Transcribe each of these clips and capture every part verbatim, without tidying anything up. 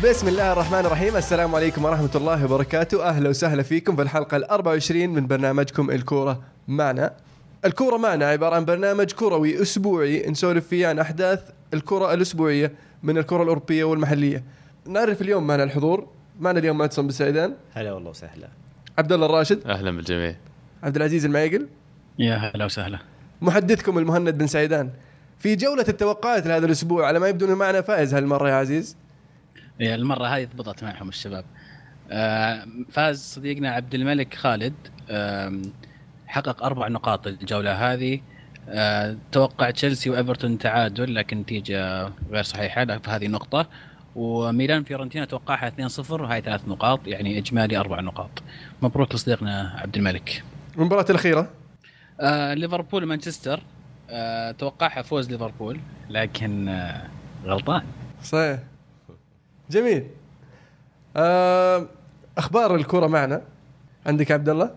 بسم الله الرحمن الرحيم. السلام عليكم ورحمة الله وبركاته. أهلا وسهلا فيكم في الحلقة الأربعة والعشرين من برنامجكم الكورة معنا. الكورة معنا عبارة عن برنامج كروي أسبوعي نسولف فيه عن أحداث الكرة الأسبوعية من الكرة الأوروبية والمحلية. نعرف اليوم معنا الحضور. معنا اليوم معتصم بن سعيدان. هلا والله وسهلا. عبد الله الراشد. أهلا بالجميع. عبد العزيز المعيقل. يا هلا وسهلا. محدثكم المهند بن سعيدان. في جولة التوقعات لهذا الأسبوع على ما يبدو أنه معنا فائز هالمرة يا عزيز. يا المرة هذه ضبطت معهم الشباب. آه فاز صديقنا عبد الملك خالد، آه حقق أربع نقاط الجولة هذه. آه توقع تشيلسي وإيفرتون تعادل لكن نتيجة غير صحيحة في هذه النقطة، وميلان فيورنتينا توقعها اثنين صفر وهي ثلاث نقاط، يعني إجمالي أربع نقاط. مبروك لصديقنا عبد الملك. المباراة الأخيرة آه ليفربول ومانشستر، آه توقعها فوز ليفربول لكن آه غلطان. صحيح. جميل. أخبار الكرة معنا عندك عبد الله؟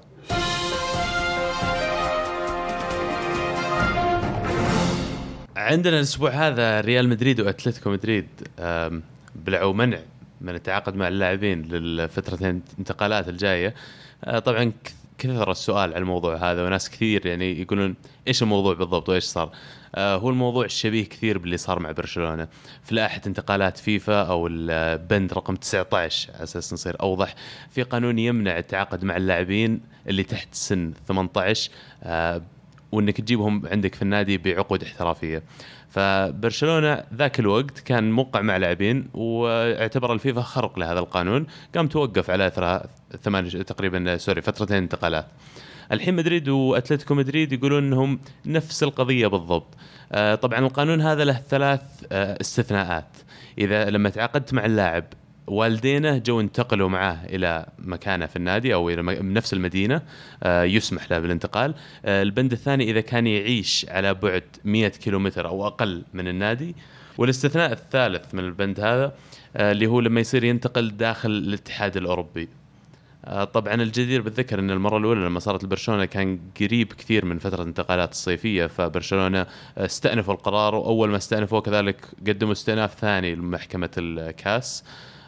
عندنا الأسبوع هذا ريال مدريد وأتلتيكو مدريد بلعوا منع من التعاقد مع اللاعبين للفترة انتقالات الجاية. طبعا كثر السؤال على الموضوع هذا وناس كثير يعني يقولون إيش الموضوع بالضبط وإيش صار. آه هو الموضوع شبيه كثير باللي صار مع برشلونة في لائحة انتقالات فيفا أو البند رقم تسعة عشر، على أساس نصير أوضح. في قانون يمنع التعاقد مع اللاعبين اللي تحت سن ثمانية عشر آه وإنك تجيبهم عندك في النادي بعقود احترافية. فبرشلونة ذاك الوقت كان موقع مع لاعبين واعتبر الفيفا خرق لهذا القانون، قام توقف على أثر ثمان تقريبا سوري فترتين انتقالات. الحين مدريد وأتلتيكو مدريد يقولون أنهم نفس القضية بالضبط. آه طبعا القانون هذا له ثلاث آه استثناءات. إذا لما تعاقدت مع اللاعب والدينه جو انتقلوا معه إلى مكانه في النادي أو إلى نفس المدينة، آه يسمح له بالانتقال. آه البند الثاني إذا كان يعيش على بعد مئة كيلومتر أو أقل من النادي. والاستثناء الثالث من البند هذا آه اللي هو لما يصير ينتقل داخل الاتحاد الأوروبي. طبعا الجدير بالذكر ان المره الاولى لما صارت برشلونه كان قريب كثير من فتره الانتقالات الصيفيه، فبرشلونه استأنفوا القرار، واول ما استأنفوا كذلك قدموا استئناف ثاني لمحكمه الكاس،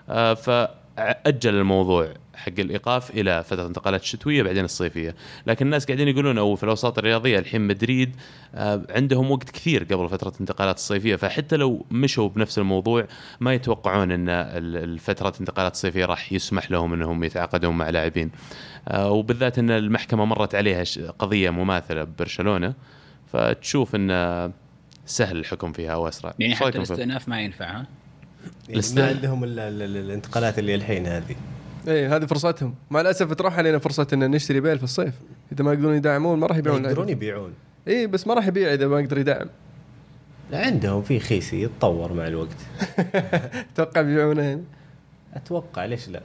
فأجل الموضوع حق الإيقاف إلى فترة انتقالات الشتوية بعدين الصيفية. لكن الناس قاعدين يقولون أو في الأوساط الرياضية الحين مدريد عندهم وقت كثير قبل فترة انتقالات الصيفية، فحتى لو مشوا بنفس الموضوع ما يتوقعون أن الفترة انتقالات الصيفية راح يسمح لهم أنهم يتعاقدون مع لاعبين، وبالذات أن المحكمة مرت عليها قضية مماثلة ببرشلونة، فتشوف أن سهل الحكم فيها وأسرع. يعني حتى الاستئناف ما ينفعها، يعني ما عندهم ال ال ال الانتقالات اللي الحين هذه. ايه هذه فرصتهم. مع الاسف تروح علينا فرصه ان نشتري بيل في الصيف. اذا ما يقدرون يدعمون ما راح يبيعون. يقدرون يبيعون ايه بس ما راح يبيع اذا ما يقدر يدعم. لا عندهم في خيسي يتطور مع الوقت. اتوقع بيبيعونه يعني. اتوقع ليش لا.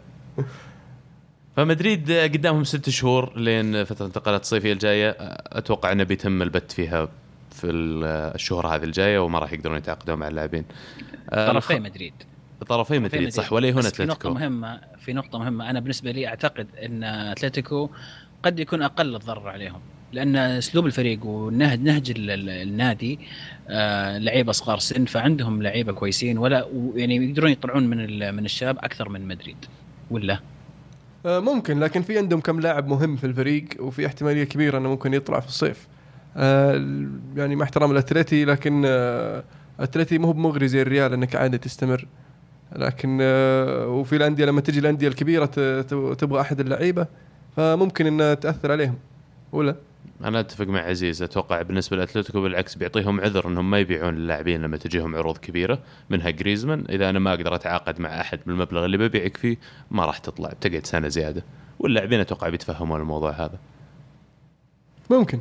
فمدريد قدامهم ست شهور لين فتره الانتقالات الصيفيه الجايه، اتوقع انه بيتم البت فيها في الشهور هذه الجايه وما راح يقدرون يتعاقدون مع اللاعبين. طرفي مدريد طرفي مدريد صح، ولا هنا أتلتيكو. في نقطة مهمة في نقطة مهمة أنا بالنسبة لي أعتقد أن أتلتيكو قد يكون أقل الضرر عليهم، لأن أسلوب الفريق ونهج نهج النادي آه لعيبة صغار سن، فعندهم لعيبة كويسين ولا يعني يقدرون يطلعون من من الشباب أكثر من مدريد ولا آه ممكن، لكن في عندهم كم لاعب مهم في الفريق وفي احتمالية كبيرة أنه ممكن يطلع في الصيف. آه يعني مع احترام الأتلتي، لكن آه أتلتي مو بمغري زي الريال أنك عادة تستمر، لكن وفي الأندية لما تجي الأندية الكبيرة تبغى أحد اللعيبة فممكن إنها تأثر عليهم ولا؟ أنا أتفق مع عزيز. أتوقع بالنسبة لأتلتيكو بالعكس بيعطيهم عذر إنهم ما يبيعون اللاعبين لما تجيهم عروض كبيرة منها غريزمان. إذا أنا ما أقدر أتعاقد مع أحد بالمبلغ اللي ببيعك فيه ما راح تطلع، بتقعد سنة زيادة، واللاعبين أتوقع بيتفهمون الموضوع هذا. ممكن.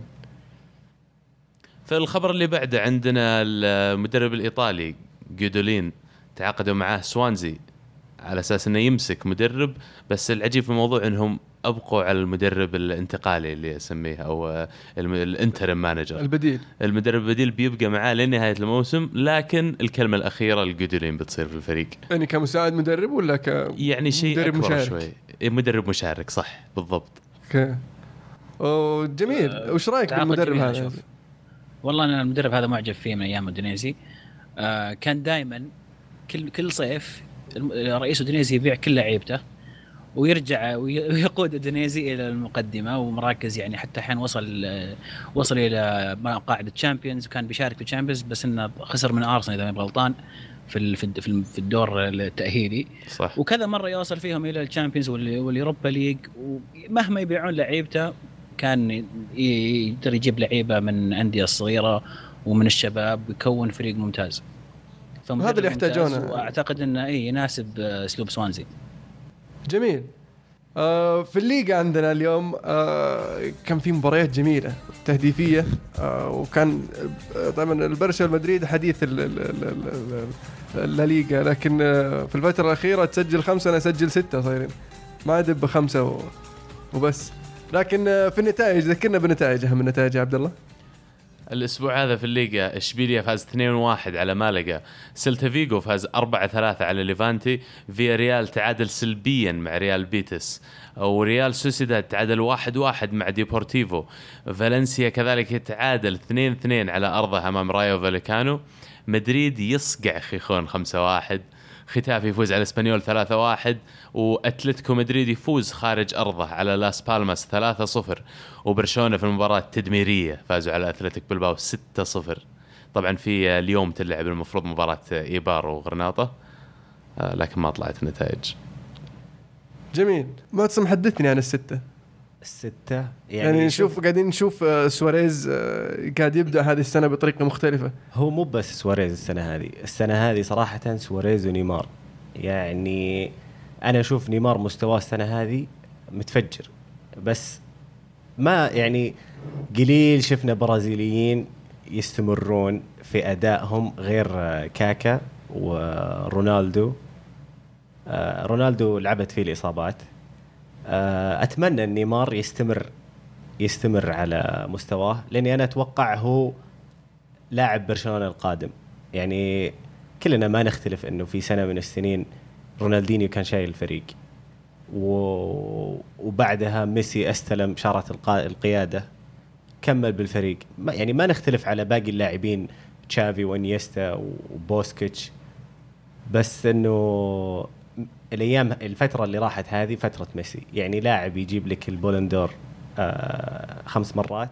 فالخبر اللي بعده عندنا المدرب الإيطالي جودولين تعاقدوا معاه سوانزي على أساس أنه يمسك مدرب، بس العجيب في الموضوع أنهم أبقوا على المدرب الانتقالي اللي يسميه أو الانترم مانجر البديل. المدرب البديل بيبقى معاه لنهاية الموسم، لكن الكلمة الأخيرة الجودولين بتصير في الفريق. يعني كمساعد مدرب ولا ك يعني شيء مدرب أكبر مشارك؟ شوي مدرب مشارك صح بالضبط. اوكي أوه جميل. أه وش رايك بالمدرب هذا؟ أشوف. والله أنا المدرب هذا معجب فيه من أيام مودينيزي. آه كان دائما كل كل صيف رئيس أودينيزي يبيع كل لعيبته ويرجع ويقود أودينيزي إلى المقدمة ومراكز، يعني حتى حين وصل وصل إلى مقاعد الشامبيونز وكان بيشارك في الشامبيونز، بس إنه خسر من أرسنال إذا ما غلطان في في الدور التأهيلي صح. وكذا مرة يوصل فيهم إلى الشامبيونز واليوروبا ليج، ومهما يبيعون لعيبته كان يقدر يجيب لعيبة من أندية الصغيرة ومن الشباب ويكون فريق ممتاز. هذا اللي يحتاجونه، وأعتقد إنه إيه يناسب أسلوب سوانزي. جميل. آه في الليغا عندنا اليوم آه كان في مباريات جميلة تهديفية، آه وكان آه طبعا البرشا والمدريد حديث الليغا، لكن آه في الفترة الأخيرة تسجل خمسة أنا أسجل ستة صايرين، ما أدب بخمسة وبس. لكن آه في النتائج ذكرنا بالنتائج، أهم النتائج يا عبد الله. الأسبوع هذا في الليغا إشبيليا فاز اثنين واحد على مالغا، سيلتا فيغو فاز أربعة ثلاثة على ليفانتي، فيا ريال تعادل سلبيا مع ريال بيتس، وريال سوسيداد تعادل واحد واحد مع ديبورتيفو، فالنسيا كذلك يتعادل اثنين اثنين على أرضه أمام رايو فاليكانو، مدريد يصقع خيخون خمسة واحد، ختافي يفوز على اسبانيول ثلاثة واحد، وأتلتيكو مدريد يفوز خارج أرضه على لاس بالماس ثلاثة صفر، وبرشلونة في المباراة التدميرية فازوا على أتلتيك بلباو ستة صفر. طبعا في اليوم تلعب المفروض مباراة إيبار وغرناطة لكن ما طلعت النتائج. جميل. ما تسمح حدثني عن الستة الستة يعني, يعني نشوف قاعدين نشوف سواريز قاعد يبدأ هذه السنة بطريقة مختلفة. هو مو بس سواريز السنة هذه، السنة هذه صراحة سواريز ونيمار. يعني أنا أشوف نيمار مستواه السنة هذه متفجر، بس ما يعني قليل شفنا برازيليين يستمرون في أدائهم غير كاكا ورونالدو. رونالدو لعبت فيه الإصابات. أتمنى أن نيمار يستمر يستمر على مستواه، لأني أنا أتوقع هو لاعب برشلونة القادم. يعني كلنا ما نختلف أنه في سنة من السنين رونالدينيو كان شايل الفريق، وبعدها ميسي استلم شارة القيادة كمل بالفريق. يعني ما نختلف على باقي اللاعبين تشافي وانيستا وبوسكيتش، بس أنه الأيام الفترة اللي راحت هذه فترة ميسي. يعني لاعب يجيب لك البولندور آه خمس مرات،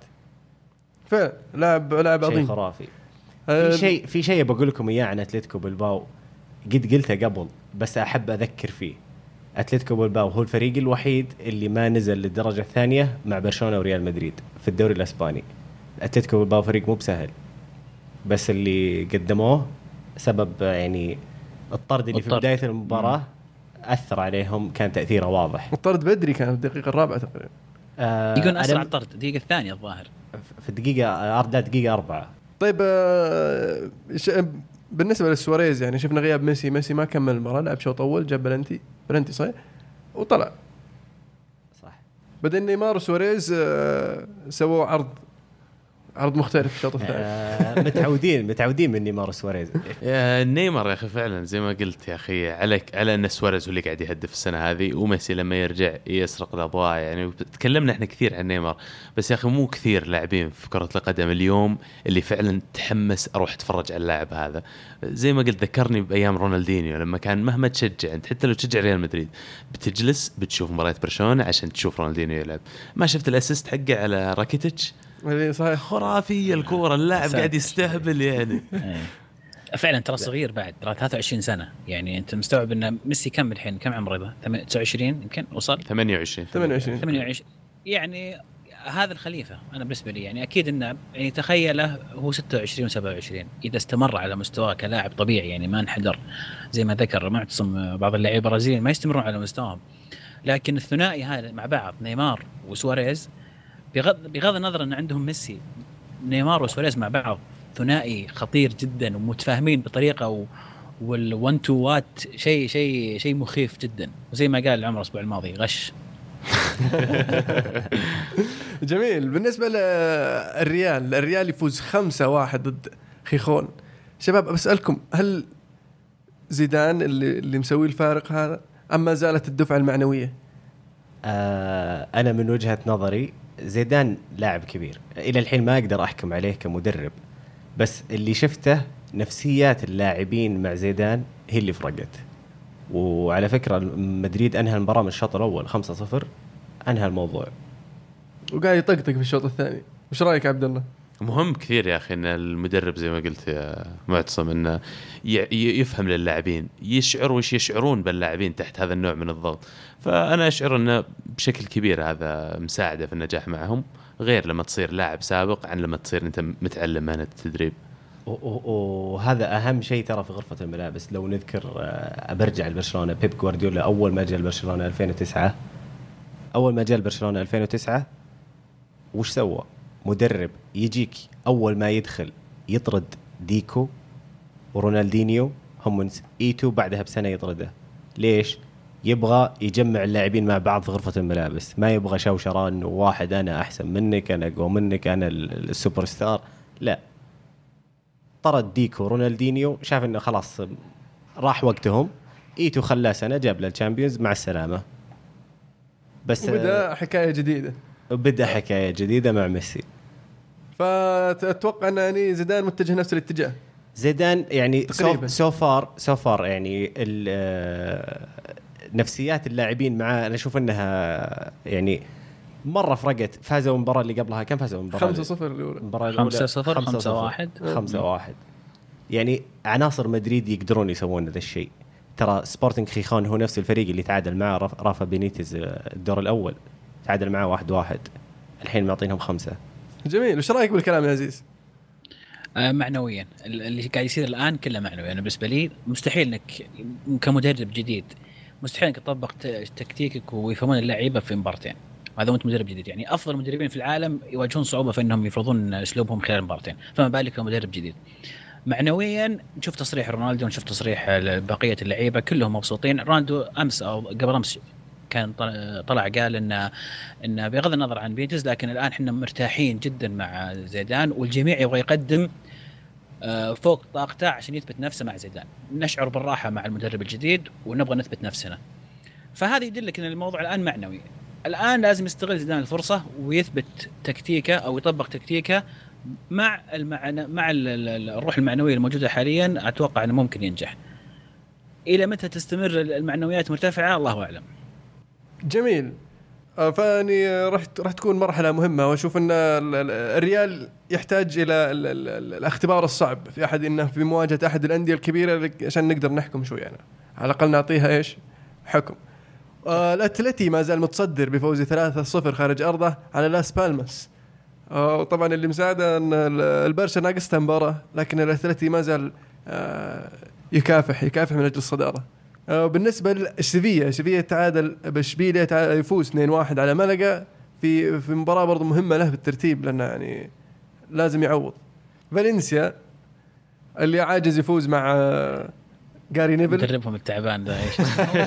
فلاعب لاعب عظيم خرافي. أه في شيء في شيء بقول لكم إياه عن أتلتيكو بلباو، قد قلته قبل بس أحب أذكر فيه. أتلتيكو بلباو هو الفريق الوحيد اللي ما نزل للدرجة الثانية مع برشلونة وريال مدريد في الدوري الإسباني. أتلتيكو بلباو فريق مو بسهل، بس اللي قدموه سبب يعني الطرد اللي الطرد. في بداية المباراة مم. أثر عليهم، كان تأثيره واضح. الطرد بدري كان في الدقيقة الرابعة تقريبا. آه يكون أسرع الطرد الدقيقة الثانية الظاهر في الدقيقة أربعة دقيقة أربعة. طيب آه بالنسبة للسواريز يعني شفنا غياب ميسي ميسي ما كمل المباراة، لعب شوط أول جاب بلنتي بلنتي صحيح وطلع صح. بدل نيمار وسواريز آه سووا عرض عرض مختلف الشوط الثاني. آه متعودين متعودين من نيمار وسواريز. يا نيمار يا أخي فعلا زي ما قلت يا أخي، عليك على أن سواريز هو اللي قاعد يهدف السنة هذه، وميسي لما يرجع يسرق الأضواء. يعني تكلمنا إحنا كثير عن نيمار، بس يا أخي مو كثير لاعبين في كرة القدم اليوم اللي فعلا تحمس أروح أتفرج على اللاعب هذا. زي ما قلت ذكرني بأيام رونالدينيو لما كان مهما تشجع أنت، حتى لو تشجع ريال مدريد بتجلس بتشوف مباراة برشلونة عشان تشوف رونالدينيو يلعب. ما شفت الأسيست حقه على راكيتيتش؟ صحيح خرافية الكورة، اللاعب قاعد يستهبل يعني. فعلا ترى صغير بعد، ترى ثلاثة وعشرين سنة. يعني انت مستوعب ان ميسي كم الحين، كم عمره ذا؟ تسعة وعشرين يمكن وصل ثمانية وعشرين ثمانية وعشرين ثمانية وعشرين. يعني هذا الخليفة انا بالنسبة لي يعني اكيد انه يعني تخيله هو ستة وعشرين وسبعة وعشرين اذا استمر على مستواه كلاعب طبيعي، يعني ما انحدر زي ما ذكر معتصم. بعض اللاعبين البرازيليين ما يستمرون على مستواهم، لكن الثنائي هذا مع بعض نيمار وسواريز، بغض بغض النظر ان عندهم ميسي، نيمار وسواريز مع بعض ثنائي خطير جدا ومتفاهمين بطريقه و... والون تو وات شيء شيء شيء مخيف جدا. وزي ما قال عمر الاسبوع الماضي غش. جميل. بالنسبه للريال، الريال يفوز خمسة واحد ضد خيخون. شباب بسألكم، هل زيدان اللي اللي مسوي الفارق هذا ام ما زالت الدفعه المعنويه؟ آه انا من وجهة نظري زيدان لاعب كبير، إلى الحين ما أقدر أحكم عليه كمدرب، بس اللي شفته نفسيات اللاعبين مع زيدان هي اللي فرقت. وعلى فكرة مدريد أنهى المباراة من الشوط الأول خمسة صفر، أنهى الموضوع وقاعد يطقطق في الشوط الثاني. وش رأيك عبد الله؟ مهم كثير يا أخي إن المدرب زي ما قلت يا معتصم إنه يفهم للاعبين، يشعر وش يشعرون باللاعبين تحت هذا النوع من الضغط. فأنا أشعر إنه بشكل كبير هذا مساعدة في النجاح معهم، غير لما تصير لاعب سابق عن لما تصير أنت متعلم مهنة التدريب. وهذا أهم شيء ترى في غرفة الملابس. لو نذكر أبرجع لبرشلونة، بيب غوارديولا أول ما جاء لبرشلونة ألفين وتسعة أول ما جاء لبرشلونة ألفين وتسعة وش سوى؟ مدرب يجيك أول ما يدخل يطرد ديكو ورونالدينيو هم من إيتو، بعدها بسنة يطرده. ليش؟ يبغى يجمع اللاعبين مع بعض في غرفة الملابس، ما يبغى شوشرة إنه واحد أنا أحسن منك، أنا أقوى منك، أنا السوبر ستار. لا، طرد ديكو ورونالدينيو، شاف إنه خلاص راح وقتهم. إيتو خلاه سنة، جاب له الشامبيونز، مع السلامة. بس وبدأ حكاية جديدة بدأ حكاية جديدة مع ميسي. فأتوقع أن يعني زيدان متجه نفس الاتجاه. زيدان يعني سو فار سو فار يعني نفسيات اللاعبين معاه أنا أشوف أنها يعني مرة فرقت. فازوا المباراة اللي قبلها، كم فازوا المباراة؟ خمسة صفر الأولى، خمسة صفر، خمسة واحد، خمسة واحد. يعني عناصر مدريد يقدرون يسوون هذا الشيء. ترى سبورتنج خيخون هو نفس الفريق اللي تعادل معه رافا بينيتز الدور الأول، تعادل معه واحد واحد، الحين معطينهم خمسة. جميل. وش رأيك بالكلام يا عزيز؟ آه معنويا اللي قاعد يصير الآن كله معنوي. أنا بالنسبة لي مستحيل إنك كمدرب جديد مستحيل إنك تطبق تكتيكك ويفهمون اللعيبة في مبارتين. هذا وأنت مدرب جديد، يعني أفضل مدربين في العالم يواجهون صعوبة في أنهم يفرضون أسلوبهم خلال مبارتين، فما بالك كمدرب جديد. معنويا نشوف تصريح رونالدو ونشوف تصريح بقية اللعيبة كلهم مبسوطين. رونالدو أمس أو قبل أمس كان طلع قال إن إن بغض النظر عن بينجز، لكن الآن إحنا مرتاحين جدا مع زيدان، والجميع يبغى يقدم فوق طاقته عشان يثبت نفسه مع زيدان. نشعر بالراحة مع المدرب الجديد ونبغى نثبت نفسنا. فهذا يدلك إن الموضوع الآن معنوي. الآن لازم يستغل زيدان الفرصة ويثبت تكتيكه أو يطبق تكتيكه مع المعنى مع الروح المعنوية الموجودة حاليا. أتوقع أنه ممكن ينجح. إلى متى تستمر المعنويات مرتفعة الله أعلم. جميل. فاني راح راح تكون مرحله مهمه، واشوف ان الريال يحتاج الى الاختبار الصعب في احد انه في مواجهه احد الانديه الكبيره عشان نقدر نحكم شوي يعني. على الاقل نعطيها ايش حكم. الاتلتي ما زال متصدر بفوز ثلاثة صفر خارج ارضه على لاس بالماس. وطبعا اللي مساعده ان البرشا ناقصته مباراه، لكن الاتلتي ما زال يكافح يكافح من اجل الصداره. بالنسبة للسيفيا، سيفيا تعادل بشبيلية يفوز اثنين واحد على ملقا في في مباراة برضو مهمة له بالترتيب، لأنه يعني لازم يعوض. فالنسيا اللي عاجز يفوز مع غاري نيفل، مدربهم التعبان ده ايش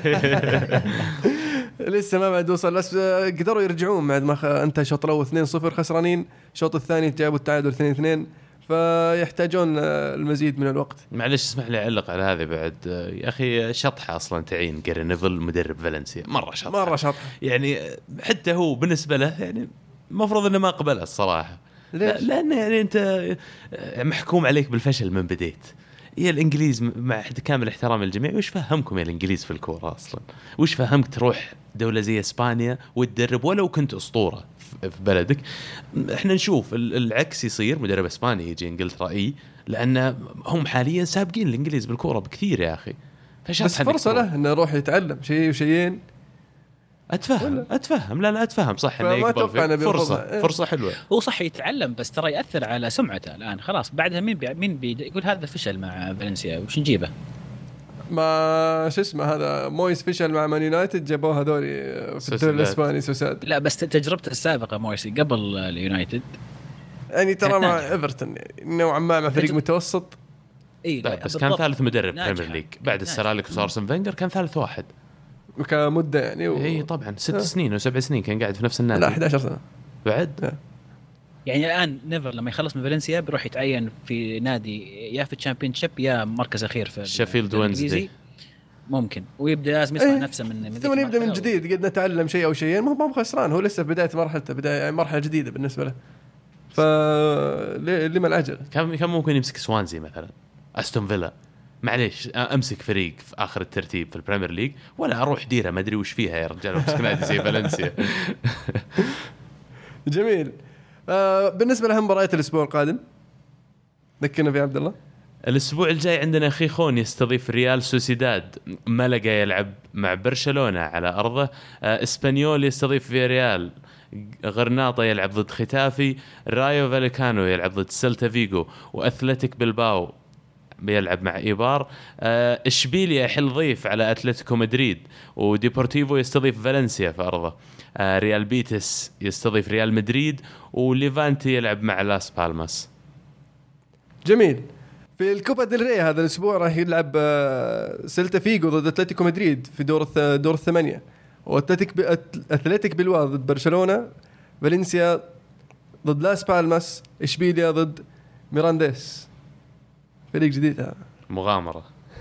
لسه ما بعد وصل، بس قدروا يرجعون بعد ما انتهى الشوط الأول اثنين صفر خسرانين. الشوط الثاني جابوا التعادل اثنين اثنين، فيحتاجون المزيد من الوقت. معلش اسمح لي أعلق على هذا بعد يا أخي. شطحة أصلا تعين غاري نيفل مدرب فالنسيا، مرة شطحة مرة شطحة يعني. حتى هو بالنسبة له يعني مفروض إنه ما قبلها الصراحة. ليش؟ لأن يعني أنت محكوم عليك بالفشل من بديت. يا الإنجليز مع كامل احترام الجميع، وش فهمكم يا الإنجليز في الكورة أصلا؟ وش فهمك تروح دولة زي إسبانيا وتدرب ولو كنت أسطورة في بلدك؟ احنا نشوف العكس يصير، مدرب إسباني يجي إنجلترا إيه، لأن هم حاليا سابقين الإنجليز بالكورة بكثير يا أخي. بس فرصة له إنه يروح يتعلم شيء وشيئين. أتفهم أتفهم لا لا أتفهم صح إنه يقبل فرصة إيه؟ فرصة حلوة. هو صح يتعلم، بس ترى يأثر على سمعته الآن خلاص. بعدها مين بي... مين بي... يقول هذا فشل مع فالنسيا وش نجيبه؟ ما شو اسمه هذا مويس فشل مع مان يونايتد، جابوه هذولي في الدوري الإسباني سوساد. لا بس تجربته السابقة مويسي قبل اليونايتد يعني ترى مع إيفرتون نوعا ما مع فريق متوسط. إيه لا بس كان ثالث مدرب بريمير ليج بعد السرالك وسارسن فينجر، كان ثالث واحد كمدة يعني و... اي طبعا ست أه. سنين وسبع سنين كان قاعد في نفس النادي. لا أحد عشر سنة بعد أه. يعني الآن نيفر لما يخلص من فالنسيا بيروح يتعين في نادي يا في الشامبيونشيب يا مركز أخير في شيفيلد وينزداي ممكن، ويبدأ لازم يصنع ايه. نفسه من ثم يبدأ من جديد. قد نتعلم شيء أو شيئين، ما هو خسران، هو لسه في بداية مرحلته، بداية يعني مرحلة جديدة بالنسبة له. فلما العجل كم كم ممكن يمسك سوانزي مثلا، أستون فيلا معليش امسك فريق في اخر الترتيب في البريمير ليج ولا اروح ديره ما ادري وش فيها يا رجال امسك نادي زي فالنسيا. جميل. آه بالنسبه لاهم مباريات الاسبوع القادم ذكرنا في عبد الله. الاسبوع الجاي عندنا خيخون يستضيف ريال سوسيداد، مالاغا يلعب مع برشلونه على ارضه، آه اسبانيول يستضيف فياريال، غرناطة يلعب ضد ختافي، رايو فاليكانو يلعب ضد سيلتا فيغو، واثلتيك بلباو بيلعب مع ايبار، آه اشبيليا يحل ضيف على اتلتيكو مدريد، وديبورتيفو يستضيف فالنسيا في ارضه، آه ريال بيتس يستضيف ريال مدريد، وليفانتي يلعب مع لاس بالماس. جميل. في الكوبا ديل ري هذا الاسبوع راح يلعب آه سيلتا فيغو ضد اتلتيكو مدريد في دور دور الثمانية، واتلتيك اتلتيك بلباو ضد برشلونة، فالنسيا ضد لاس بالماس، اشبيليا ضد ميرانديس. فريق جديد هذا، مغامرة.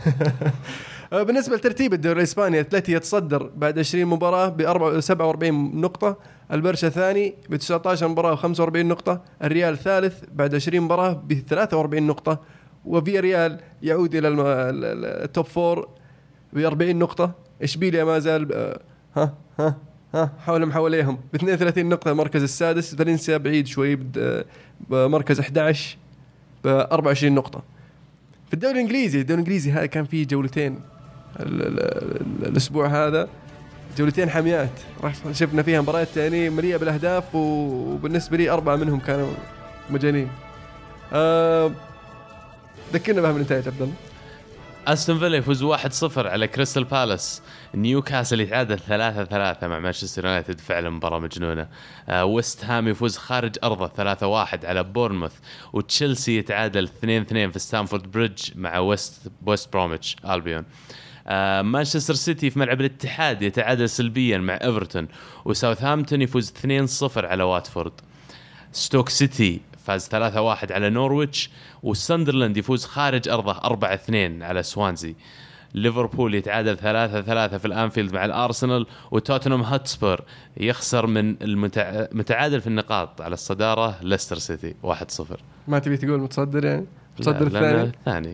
بالنسبة لترتيب الدوري الإسباني، أتلتي يتصدر بعد عشرين مباراة ب سبعة وأربعين نقطة، البرشا ثاني ب تسعة عشر مباراة وخمسة وأربعين نقطة، الريال ثالث بعد عشرين مباراة ب ثلاثة وأربعين نقطة، وفي ريال يعود إلى التوب فور ب أربعين نقطة. إشبيليا ما زال ها ها ها حولهم حواليهم ب اثنين وثلاثين نقطة المركز السادس، فالنسيا بعيد شوي بمركز أحد عشر ب أربعة وعشرين نقطة. في الدوري الانجليزي الدوري الانجليزي هذا كان فيه جولتين الاسبوع هذا، جولتين حاميات راح شفنا فيها مباريات يعني مليئه بالاهداف، وبالنسبه لي اربعه منهم كانوا مجانين. أه ذكرنا بها من النتائج عبد الله. أستون فيلا يفوز واحد صفر على كريستال بالاس، نيوكاسل يتعادل ثلاثة ثلاثة مع مانشستر يونايتد، فعلا مباراة مجنونة. آه ويست هام يفوز خارج أرضه ثلاثة واحد على بورنموث، وتشيلسي يتعادل اثنين اثنين في ستانفورد بريدج مع ويست ويست بروميتش ألبيون. آه مانشستر سيتي في ملعب الاتحاد يتعادل سلبيا مع إيفرتون، وساوثهامبتون يفوز اثنين صفر على واتفورد. ستوك سيتي فاز ثلاثة واحد على نورويتش، وساندرلاند يفوز خارج أرضه أربعة اثنين على سوانزي. ليفربول يتعادل ثلاثة ثلاثة في الأنفيلد مع الأرسنال، وتوتنهام هاتسبير يخسر من المتعادل في النقاط على الصدارة ليستر سيتي واحد صفر. ما تبي تقول متصدر يعني؟ متصدر الثاني الثاني.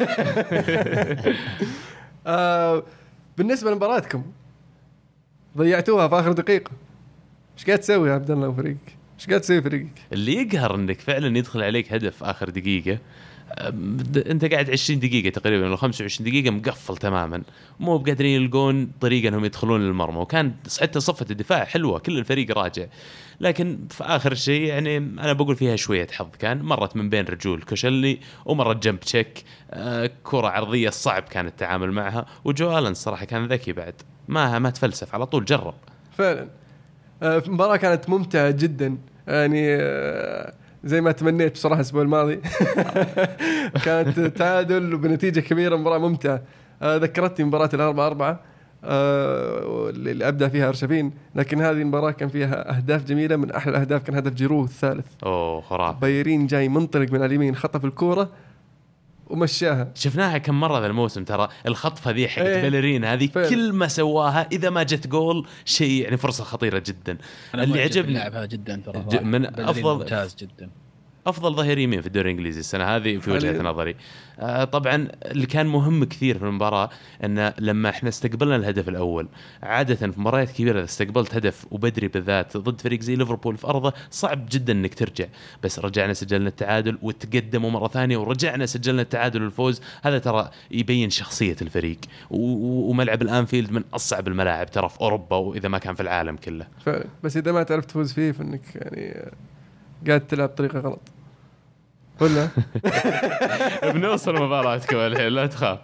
آه بالنسبة لمباراتكم ضيعتوها في آخر دقيقة، ايش قاعد تسوي يا عبد الله وفريق؟ ايش قاعد تسوي فريقك؟ اللي يقهر انك فعلا يدخل عليك هدف اخر دقيقه، انت قاعد عشرين دقيقه تقريبا ولا خمسة وعشرين دقيقه مقفل تماما، مو بقادرين يلقون طريقه انهم يدخلون للمرمى، وكان حتى صفه الدفاع حلوه كل الفريق راجع، لكن في اخر شيء يعني انا بقول فيها شويه حظ، كان مرت من بين رجول كوشلي ومرت جنب تشيك، آه كره عرضيه صعب كان التعامل معها، وجو ألان صراحه كان ذكي بعد، ما ما تفلسف على طول جرب فعلا. آه المباراه كانت ممتعه جدا يعني، آه زي ما تمنيت بصراحة الأسبوع الماضي. كانت تعادل وبنتيجة كبيرة، مباراة ممتعة. آه ذكرتني مباراة الأربعة أربعة آه اللي أبدأ فيها أرشفين، لكن هذه المباراة كان فيها أهداف جميلة. من أحلى الأهداف كان هدف جيرو الثالث، أوه خرافي. بايرين جاي منطلق من اليمين، خطف الكورة ومشاها. شفناها كم مرة ذا الموسم ترى، الخطفة ذي حق ايه بلرين هذه فعلا. كل ما سواها إذا ما جت جول شيء يعني فرصة خطيرة جدا. اللي عجبني لعبها جدا ترى، من أفضل ممتاز جدا، افضل ظهير يمين في الدوري الانجليزي السنه هذه في وجهه نظري. آه طبعا اللي كان مهم كثير في المباراه ان لما احنا استقبلنا الهدف الاول، عاده في مباريات كبيره استقبلت هدف وبدري بالذات ضد فريق زي ليفربول في ارضه صعب جدا انك ترجع، بس رجعنا سجلنا التعادل وتقدموا مره ثانيه ورجعنا سجلنا التعادل والفوز. هذا ترى يبين شخصيه الفريق، وملعب الانفيلد من اصعب الملاعب ترى في اوروبا واذا ما كان في العالم كله فعلا، بس اذا ما تعرف تفوز فيه فانك يعني قاعد تلعب بطريقه غلط ولا. بنوصل مباراتكم الحين لا تخاف.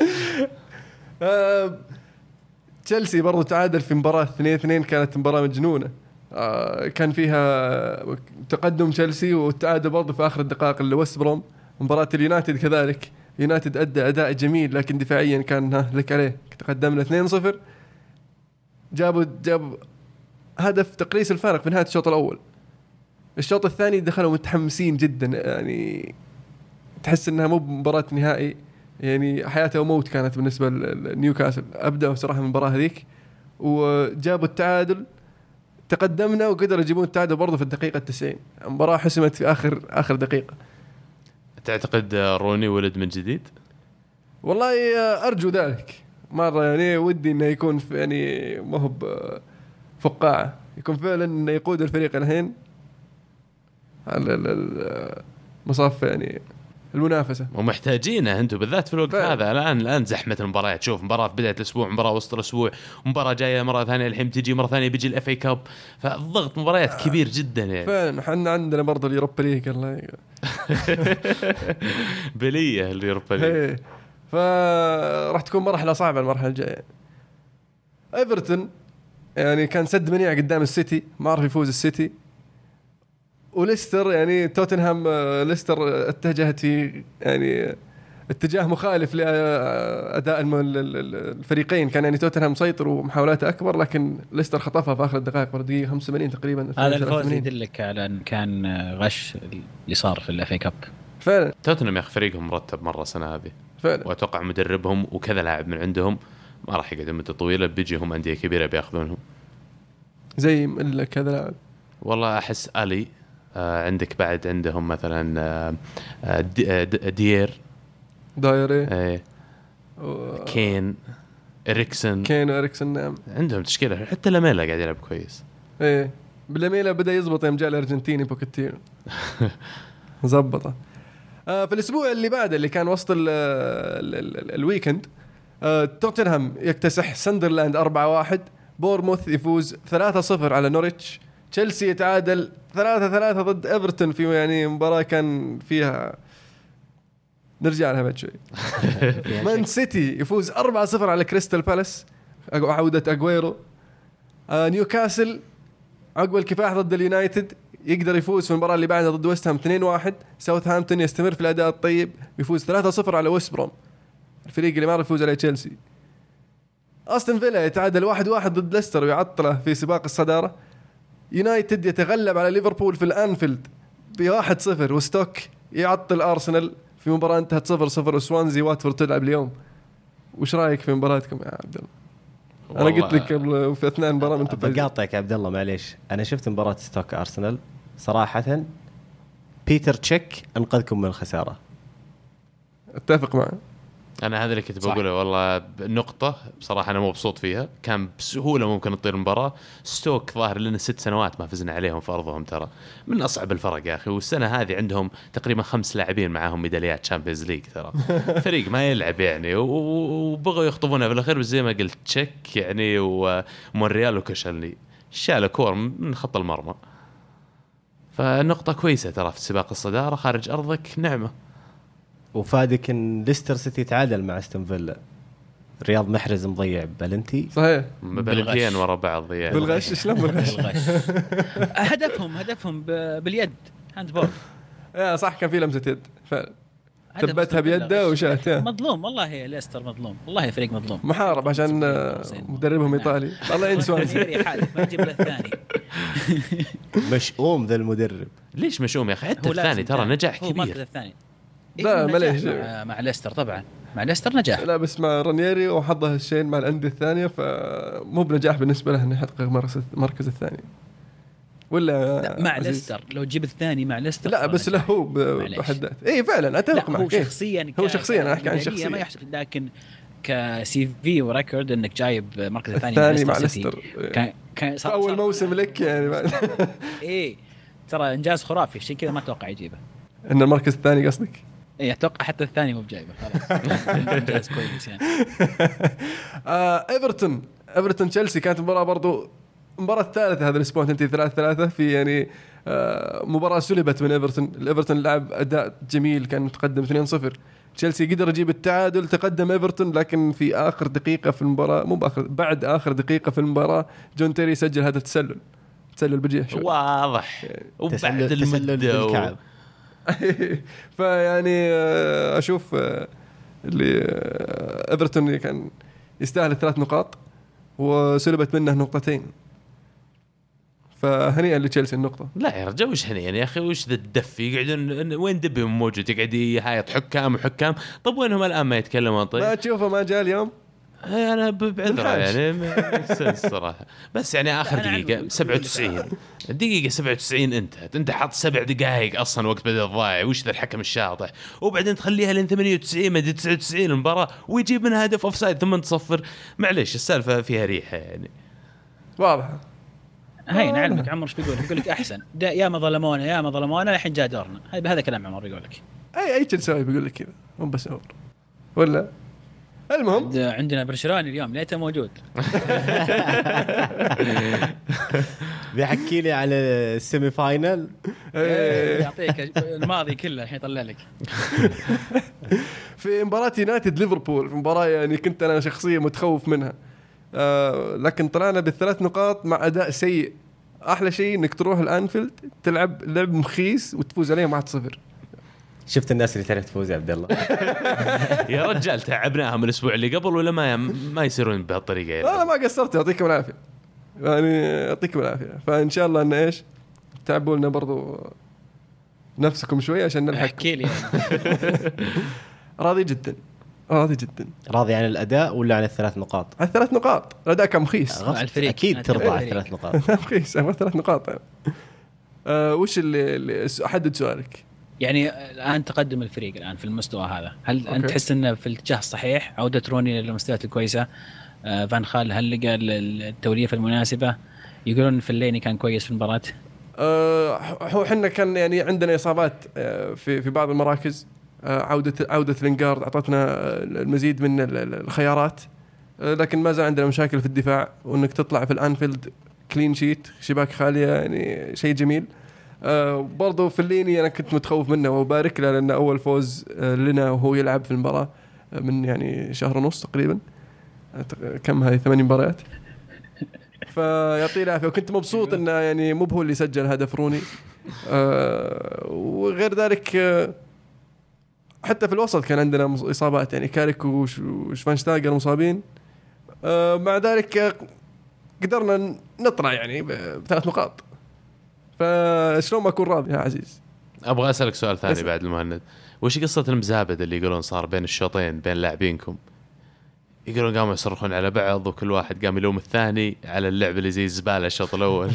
آه، تشيلسي برضو تعادل في مباراة اثنين اثنين، كانت مباراة مجنونة. آه، كان فيها تقدم تشيلسي والتعادل برضو في آخر الدقائق اللي وست بروم. مباراة اليونايتد كذلك، يونايتد أدى أداء جميل لكن دفاعيا كان لك عليه. تقدمنا اثنين صفر، جابوا جابوا هدف تقليص الفارق في نهاية الشوط الأول. الشوط الثاني دخلوا متحمسين جدا، يعني تحس انها مو مباراة نهائي، يعني حياة وموت كانت بالنسبة لنيوكاسل. أبدأوا صراحة من المباراة هذيك وجابوا التعادل، تقدمنا وقدروا يجيبون التعادل برضو في الدقيقة التسعين. المباراة حسمت في آخر آخر دقيقة. تعتقد روني ولد من جديد؟ والله ارجو ذلك مره، يعني ودي انه يكون في يعني ما هو فقاعه، يكون فعلا انه يقود الفريق الحين على المصاف يعني المنافسه، ومحتاجينه انتم بالذات في الوقت هذا. الان الان زحمه المباريات، شوف مباراه بدايه الاسبوع، مباراه وسط الاسبوع، مباراه جايه مره ثانيه، الحين تجي مره ثانيه بيجي الاف اي كاب، فالضغط مباريات آه. كبير جدا يعني. فعلا احنا عندنا برضه اليوروبا ليج الله بليه اليوروبا ليج، فراح تكون مرحله صعبه المرحله الجايه. ايفرتون يعني كان سد منيع قدام السيتي، ما عرف يفوز السيتي. وليستر يعني توتنهام ليستر اتجهت في يعني اتجاه مخالف لأداء الفريقين، كان يعني توتنهام مسيطر ومحاولاته أكبر، لكن ليستر خطفها في آخر الدقائق في الدقيقة خمسة وثمانين تقريبا. هذا الفوز يدلك على أن كان غش اللي صار في الأف اي كاب. فعلا توتنهام يا أخي فريقهم مرتب مرة سنة هذه فعلا، وأتوقع مدربهم وكذا لاعب من عندهم ما راح يقعدوا مدة طويلة، بيجيهم أندية كبيرة بياخذونهم زي كذا لاعب. والله أحس ألي آه عندك بعد عندهم مثلا آه دي ديير دايري ايه و... كين إريكسن كين وإريكسن نعم عندهم تشكيلة، حتى لاميلا قاعد يلعب كويس. ايه بلاميلا بدأ يزبط يوم جاء الأرجنتيني بوكيتينو زبطه. آه في الأسبوع اللي بعده اللي كان وسط ال ال ال الويكند آه توتنهام يكتسح ساندرلاند أربعة واحد، بورموث يفوز ثلاثة صفر على نوريتش، تشيلسي يتعادل ثلاثة ثلاثة ضد إيفرتون في يعني مباراة كان فيها نرجع لها بعد شوي. مان سيتي يفوز أربعة صفر على كريستال بالاس عودة أغويرو. آه نيوكاسل عقب الكفاح ضد اليونايتد يقدر يفوز في المباراة اللي بعدها ضد ويست هام اثنين واحد. ساوثهامبتون يستمر في الأداء الطيب يفوز ثلاثة صفر على ويست بروم، الفريق اللي ما عرف يفوز على تشيلسي. أستون فيلا يتعادل واحد واحد ضد ليستر ويعطله في سباق الصدارة. يونايتد يتغلب على ليفربول في الأنفيلد بواحد صفر، وستوك يعطل أرسنال في مباراة انتهت صفر صفر، وسوانزي واتفورد تلعب اليوم. وش رأيك في مباراتكم يا عبد الله؟ أنا قلت لك في أثناء المباراة أنت بقاطعك يا عبد الله معليش، أنا شفت مباراة ستوك أرسنال صراحة بيتر تشيك أنقذكم من الخسارة. اتفق معه. أنا هذا اللي كنت بقوله والله نقطة بصراحة أنا مبسوط فيها، كان بسهولة ممكن تطير المباراة. ستوك ظاهر لنا ست سنوات ما فزنا عليهم في أرضهم، ترى من أصعب الفرق يا أخي، والسنة هذه عندهم تقريبا خمس لاعبين معاهم ميداليات تشامبيونز ليج، ترى فريق ما يلعب يعني، وبغوا يخطفونها في الأخير، بس زي ما قلت تشيك يعني ومونريال وكشلني شال كور من خط المرمى، فالنقطة كويسة ترى في سباق الصدارة خارج أرضك نعمة. وفادك ان ليستر سيتي تعادل مع استون فيلا، رياض محرز مضيع بلنتي صحيح بلنتيين ورا بعض ضيع بالغش. شلون بالغش؟ هدفهم هدفهم باليد هاند بول. يا صح كان في لمسة يد فعلا، ثبتها بيده وشاتها. مظلوم والله ليستر مظلوم والله، فريق مظلوم محارب عشان مدربهم ايطالي. الله ينسوا يا حالف ما يجيب له الثاني. مشؤوم ذا المدرب. ليش مشؤوم يا اخي؟ حتى الثاني ترى نجاح كبير. لا مليش مع, مع ليستر طبعا، مع ليستر نجاح. لا بس مع رانييري وحظه الشين مع الأندية الثانية، فمو بنجاح بالنسبة له انه يحقق مركز المركز الثاني. ولا لا مع ليستر لو تجيب الثاني مع ليستر لا بس له هو بحد ذاته. اي فعلا اتفق معك. هو شخصيا هو شخصيا انا احكي عن شخصيا ما يحسب، لكن كسي في وريكورد انك جايب مركز الثاني مع, مع ليستر كان كان اول موسم لك يعني. ايه ترى انجاز خرافي، عشان كذا ما اتوقع يجيبه. ان المركز الثاني قصدك؟ ايه اتوقع حتى الثاني مو بجايبه خلاص. انجاز كويس يعني. آه ايفرتون ايفرتون تشيلسي كانت مباراه برضو المباراة الثالثة هذا الأسبوع تنتهي ثلاثة ثلاثة في يعني آه مباراة سلبت من إيفرتون. الإيفرتون لعب أداء جميل، كان متقدم اثنين صفر. تشيلسي قدر يجيب التعادل، تقدم إيفرتون، لكن في آخر دقيقة في المباراة مو بآخر بعد آخر دقيقة في المباراة جون تيري سجل هذا التسلل تسلل بجيه واضح يعني وبعد المدة بالكعب. فيعني آه أشوف آه اللي آه إيفرتون كان يستاهل ثلاث نقاط وسلبت منه نقطتين، فهنيئا لتشيلسي النقطة. لا يا رجال وش هنيئا يا أخي، وش ذا الدف يقعدون وين دبهم موجود، يقعد يهايط حكام وحكام. طب وينهم الآن ما يتكلمون؟ طيب ما تشوفه ما جاء اليوم انا بعذره يعني الصراحه، بس يعني اخر دقيقه سبعة وتسعين الدقيقه سبعة وتسعين انتهت، انت حاط سبع دقائق اصلا وقت بدأ الضايع، وش ذا الحكم الشاطح، وبعدين تخليها لين ثمانية وتسعين ما تسعة وتسعين المباراه ويجيب منها هدف اوفسايد ثم تصفر. معليش السالفه فيها ريحه يعني واضحه. هاي نعلمك عمر ايش بيقول، يقول لك احسن يا ما ظلمونا يا ما ظلمونا الحين جاء دورنا. هذا هذا كلام عمر يقول لك. اي اي تسوي بيقول لك كذا مو بس عمر ولا. المهم عندنا برشلوني اليوم ليته موجود. بيحكي لي على السيمي فاينل يعطيك الماضي كله الحين يطلع لك. في مباراة يونايتد ليفربول، في مباراة يعني كنت أنا شخصيا متخوف منها، آه لكن طلعنا بالثلاث نقاط مع أداء سيء. أحلى شيء إنك تروح الأنفيلد تلعب لعب مخيس وتفوز عليهم واحد صفر. شفت الناس اللي تعرف تفوز يا عبد الله. يا رجال تعبناهم الأسبوع اللي قبل ولا ما ما يصيرون بهالطريقة يعني. لا ما قصرت، يعطيكم العافية يعني، يعطيكم العافية. فإن شاء الله إن إيش تعبوا لنا برضو نفسكم شوي عشان نلحق. احكي لي. راضي جدا راضي جدا. راضي عن الأداء ولا عن الثلاث نقاط؟ على الثلاث نقاط. الأداء كان مخيس. أكيد ترضى على الثلاث نقاط. مخيس أول ثلاث نقاط. آه وش اللي, اللي أحدد سؤالك؟ يعني الآن تقدم الفريق الآن في المستوى هذا، هل أوكي. أنت تحس إنه في الاتجاه الصحيح؟ عودة روني للمستويات الكويسة، آه فان خال هل لقى التوليفة المناسبة؟ يقولون في الليني كان كويس في المباراة. آه هو حنا كان يعني عندنا إصابات آه في في بعض المراكز. آه عودة عودة لينغارد أعطتنا المزيد من الخيارات، آه لكن ما زال عندنا مشاكل في الدفاع، وإنك تطلع في الأنفيلد كلين شيت شباك خالية يعني شيء جميل. آه برضو في الليني أنا كنت متخوف منه، وبارك له لأن أول فوز آه لنا وهو يلعب في المباراة آه من يعني شهر ونص تقريبا. آه كم هذه ثمانية مباريات. فيعطيه العافية، وكنت مبسوط إنه يعني مو بهو اللي سجل هدف روني. آه وغير ذلك آه حتى في الوسط كان عندنا إصابات، يعني كاريك وشفانشتايجر مصابين. آه مع ذلك آه قدرنا نطلع يعني بثلاث نقاط. فشلون ما أكون راضي يا عزيز؟ أبغى أسألك سؤال ثاني بعد المهند. وش قصة المزابد اللي يقولون صار بين الشوطين بين لاعبينكم؟ يقولون قاموا يصرخون على بعض وكل واحد قام يلوم الثاني على اللعب اللي زي الزبالة الشوط الأول.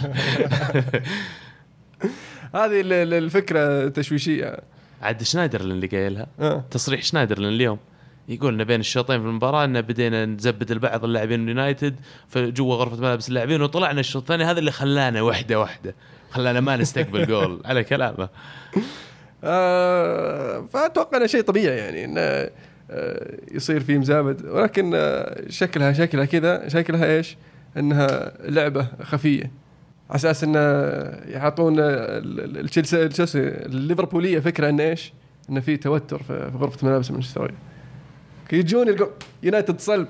هذه الفكرة تشويشية. عاد شنايدرلين اللي قايلها. آه. تصريح شنايدرلين اليوم يقول إن بين الشوطين في المباراة إن بدينا نزبد البعض اللاعبين اليونايتد في جوا غرفة ملابس اللاعبين، وطلعنا الشوط الثاني هذا اللي خلانا واحدة واحدة خلانا ما نستقبل جول على كلامه. آه فأتوقع أنه شيء طبيعي يعني إنه آه يصير فيه مزابد، ولكن آه شكلها شكلها كذا شكلها إيش إنها لعبة خفية على أساس إنه يعطون التشيلسي التشيلسي الليفربولية فكرة إنه إيش إنه في توتر في غرفة ملابس مانشستر. يجون يلقون يونايتد صلب.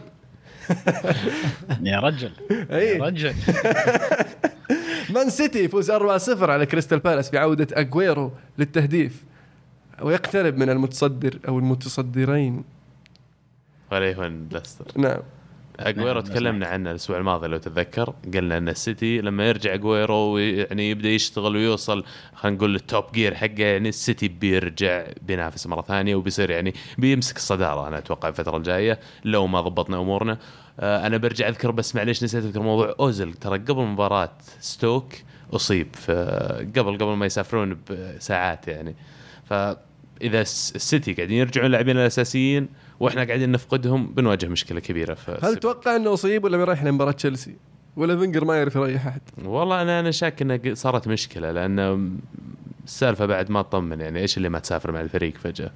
يا رجل يا رجل. مان سيتي يفوز أربعة صفر على كريستال بالاس بعودة أغويرو للتهديف، ويقترب من المتصدر أو المتصدرين وليهن ليستر. نعم أغويرو تكلمنا عنه الأسبوع الماضي لو تتذكر، قلنا أن السيتي لما يرجع أغويرو يعني يبدأ يشتغل ويوصل خلينا نقول التوب جير حقه، يعني السيتي بيرجع بينافس مرة ثانية وبيصير يعني بيمسك الصدارة. أنا أتوقع الفترة الجاية لو ما ضبطنا أمورنا. آه أنا برجع أذكر بس معليش نسيت أذكر موضوع أوزل، ترى قبل مباراة ستوك أصيب قبل قبل ما يسافرون بساعات يعني. فإذا السيتي قاعدين يرجعون لاعبين الأساسيين واحنا قاعدين نفقدهم بنواجه مشكله كبيره. هل تتوقع انه اصيب ولا بيريح لمباراه تشيلسي ولا فينجر ما يعرف يريح احد؟ والله انا انا شاك انه صارت مشكله، لان السالفه بعد ما اطمن يعني ايش اللي ما تسافر مع الفريق فجاه.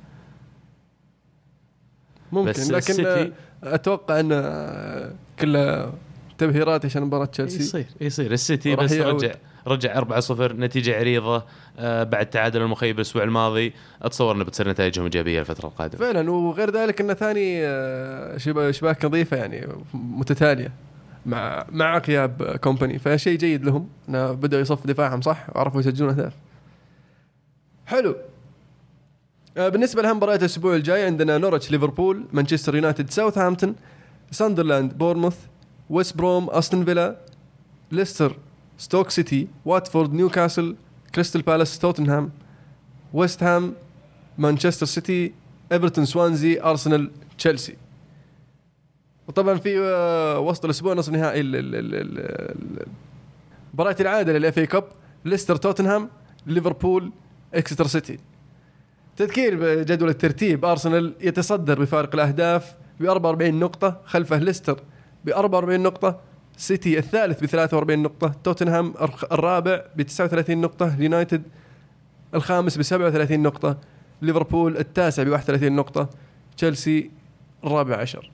ممكن لكن السيتي اتوقع ان كلها تبهيرات عشان مباراه تشيلسي. يصير يصير السيتي بس رجع رجع أربعة صفر نتيجة عريضة آه بعد تعادل المخيب الأسبوع الماضي. أتصور أنه بتصير نتائجهم إيجابية الفترة القادمة فعلا. وغير ذلك أنه ثاني آه شباك نظيفة يعني متتالية مع مع غياب كومباني، فشيء جيد لهم أنه بدأوا يصف دفاعهم صح وعرفوا يسجلون أهداف. حلو. آه بالنسبة لمباريات الأسبوع الجاي عندنا نورتش ليفربول، مانشستر يونايتد ساوثهامبتون، ساندرلاند بورنموث، ويست بروم أستون فيلا، ليستر ستوك سيتي، واتفورد نيوكاسل، كريستال بالاس توتنهام، ويست هام مانشستر سيتي، إيفرتون سوانزي، أرسنال تشيلسي. وطبعا في وسط الاسبوع نصف نهائي مباراة العادة للإف إيه كاب، ليستر توتنهام، ليفربول إكستر سيتي. تذكير بجدول الترتيب: أرسنال يتصدر بفارق الأهداف ب أربعة وأربعين نقطة، خلفه ليستر ب أربعة وأربعين نقطة، سيتي الثالث ب ثلاثة وأربعين نقطة، توتنهام الرابع ب تسعة وثلاثين نقطة، يونايتد الخامس ب سبعة وثلاثين نقطة، ليفربول التاسع ب واحد وثلاثين نقطة، تشيلسي الرابع عشر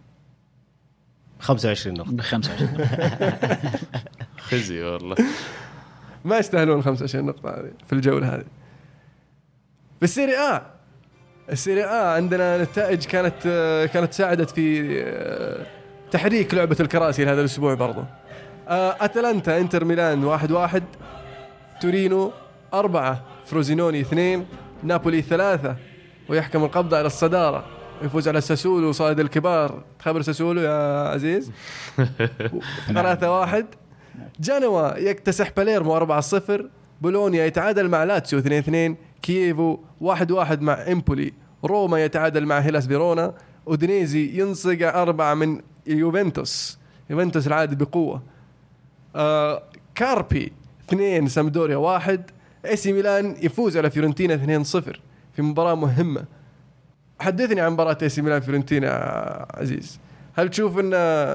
خمسة وعشرين نقطة. بخمسة وعشرين نقطة خزي والله، ما يستاهلون خمسة وعشرين نقطة هذه في الجولة هذه. في السيري آ السيري آ عندنا نتائج كانت كانت ساعدت في تحريك لعبة الكراسي لهذا الأسبوع برضو. أتلانتا إنتر ميلان واحد واحد، تورينو أربعة، فروزينوني اثنين، نابولي ثلاثة ويحكم القبضة على الصدارة، يفوز على ساسولو صائد الكبار. تخبر ساسولو يا عزيز ثلاثة واحد. جنوا يكتسح باليرمو أربعة صفر، بولونيا يتعادل مع لاتسيو اثنين اثنين، كييفو واحد واحد مع إمبولي، روما يتعادل مع هيلاس فيرونا، أودينيزي ينصقع أربعة من يوفنتوس، يوفنتوس العادي بقوة. آه كاربي اثنين، سامدوريا واحد، إيسي ميلان يفوز على فيورنتينا اثنين صفر في مباراة مهمة. حدثني عن مباراة إيسي ميلان فيورنتينا عزيز، هل تشوف أن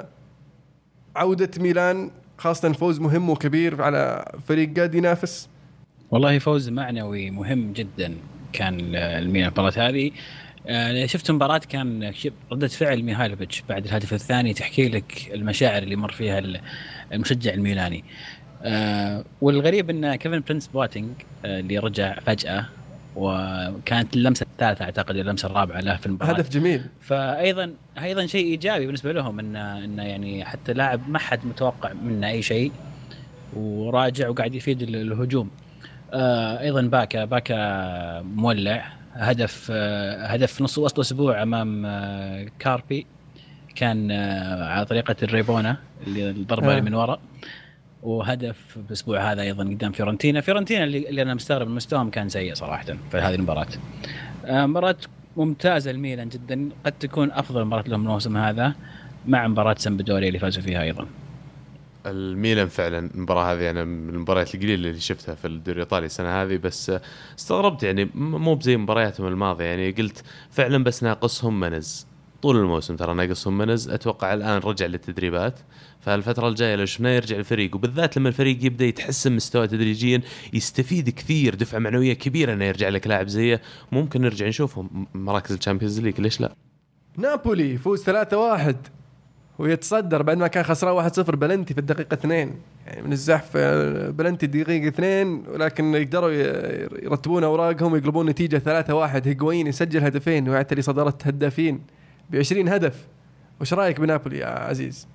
عودة ميلان خاصة فوز مهم وكبير على فريق قاعد ينافس؟ والله فوز معنوي مهم جدا كان الميلان المباراة هذه. آه شفت مباراة كان ردة فعل ميهايلوفيتش بعد الهدف الثاني تحكي لك المشاعر اللي مر فيها المشجع الميلاني. آه والغريب ان كيفن برينس بواتينج آه اللي رجع فجأة، وكانت اللمسة الثالثة أعتقد اللمسة الرابعة له في المباراة، هدف جميل. فأيضا أيضا شيء إيجابي بالنسبة لهم إن إن يعني حتى لاعب ما حد متوقع منه أي شيء وراجع وقاعد يفيد الهجوم. آه أيضا باكا باكا مولع، هدف آه هدف نص وسط أسبوع أمام آه كاربي كان آه على طريقة الريبونا اللي الضربة آه. من وراء، وهدف الأسبوع هذا أيضا قدام فيورنتينا. فيورنتينا اللي, اللي أنا مستغرب من مستواهم كان سيء صراحة في هذه المباراة. آه مباراة ممتازة الميلان جدا، قد تكون أفضل مباراة لهم الموسم هذا مع مباراة سامبدوريا اللي فازوا فيها أيضا. الميلان فعلا المباراة هذه أنا من المباريات القليلة اللي شفتها في الدوري الإيطالي السنة هذه، بس استغربت يعني مو بزي مبارياتهم الماضية، يعني قلت فعلا بس ناقصهم منز طول الموسم، ترى ناقصهم منز. أتوقع الآن رجع للتدريبات، فالفترة الجاية لو شفناه يرجع الفريق، وبالذات لما الفريق يبدأ يتحسن مستوى تدريجيا يستفيد كثير، دفعة معنوية كبيرة أنه يرجع لك لاعب زيه، ممكن نرجع نشوفهم مراكز الشامبيونز ليج، ليش لا؟ نابولي فوز ثلاثة واحد ويتصدر بعد ما كان خسران واحد صفر بلنتي في الدقيقة اثنين، يعني من الزحف بلنتي دقيقة اثنين، ولكن يقدروا يرتبون أوراقهم ويقلبون نتيجة ثلاثة واحد. هيغوين يسجل هدفين ويعتلي صدارة هدافين بعشرين هدف. وش رأيك بنابولي يا عزيز؟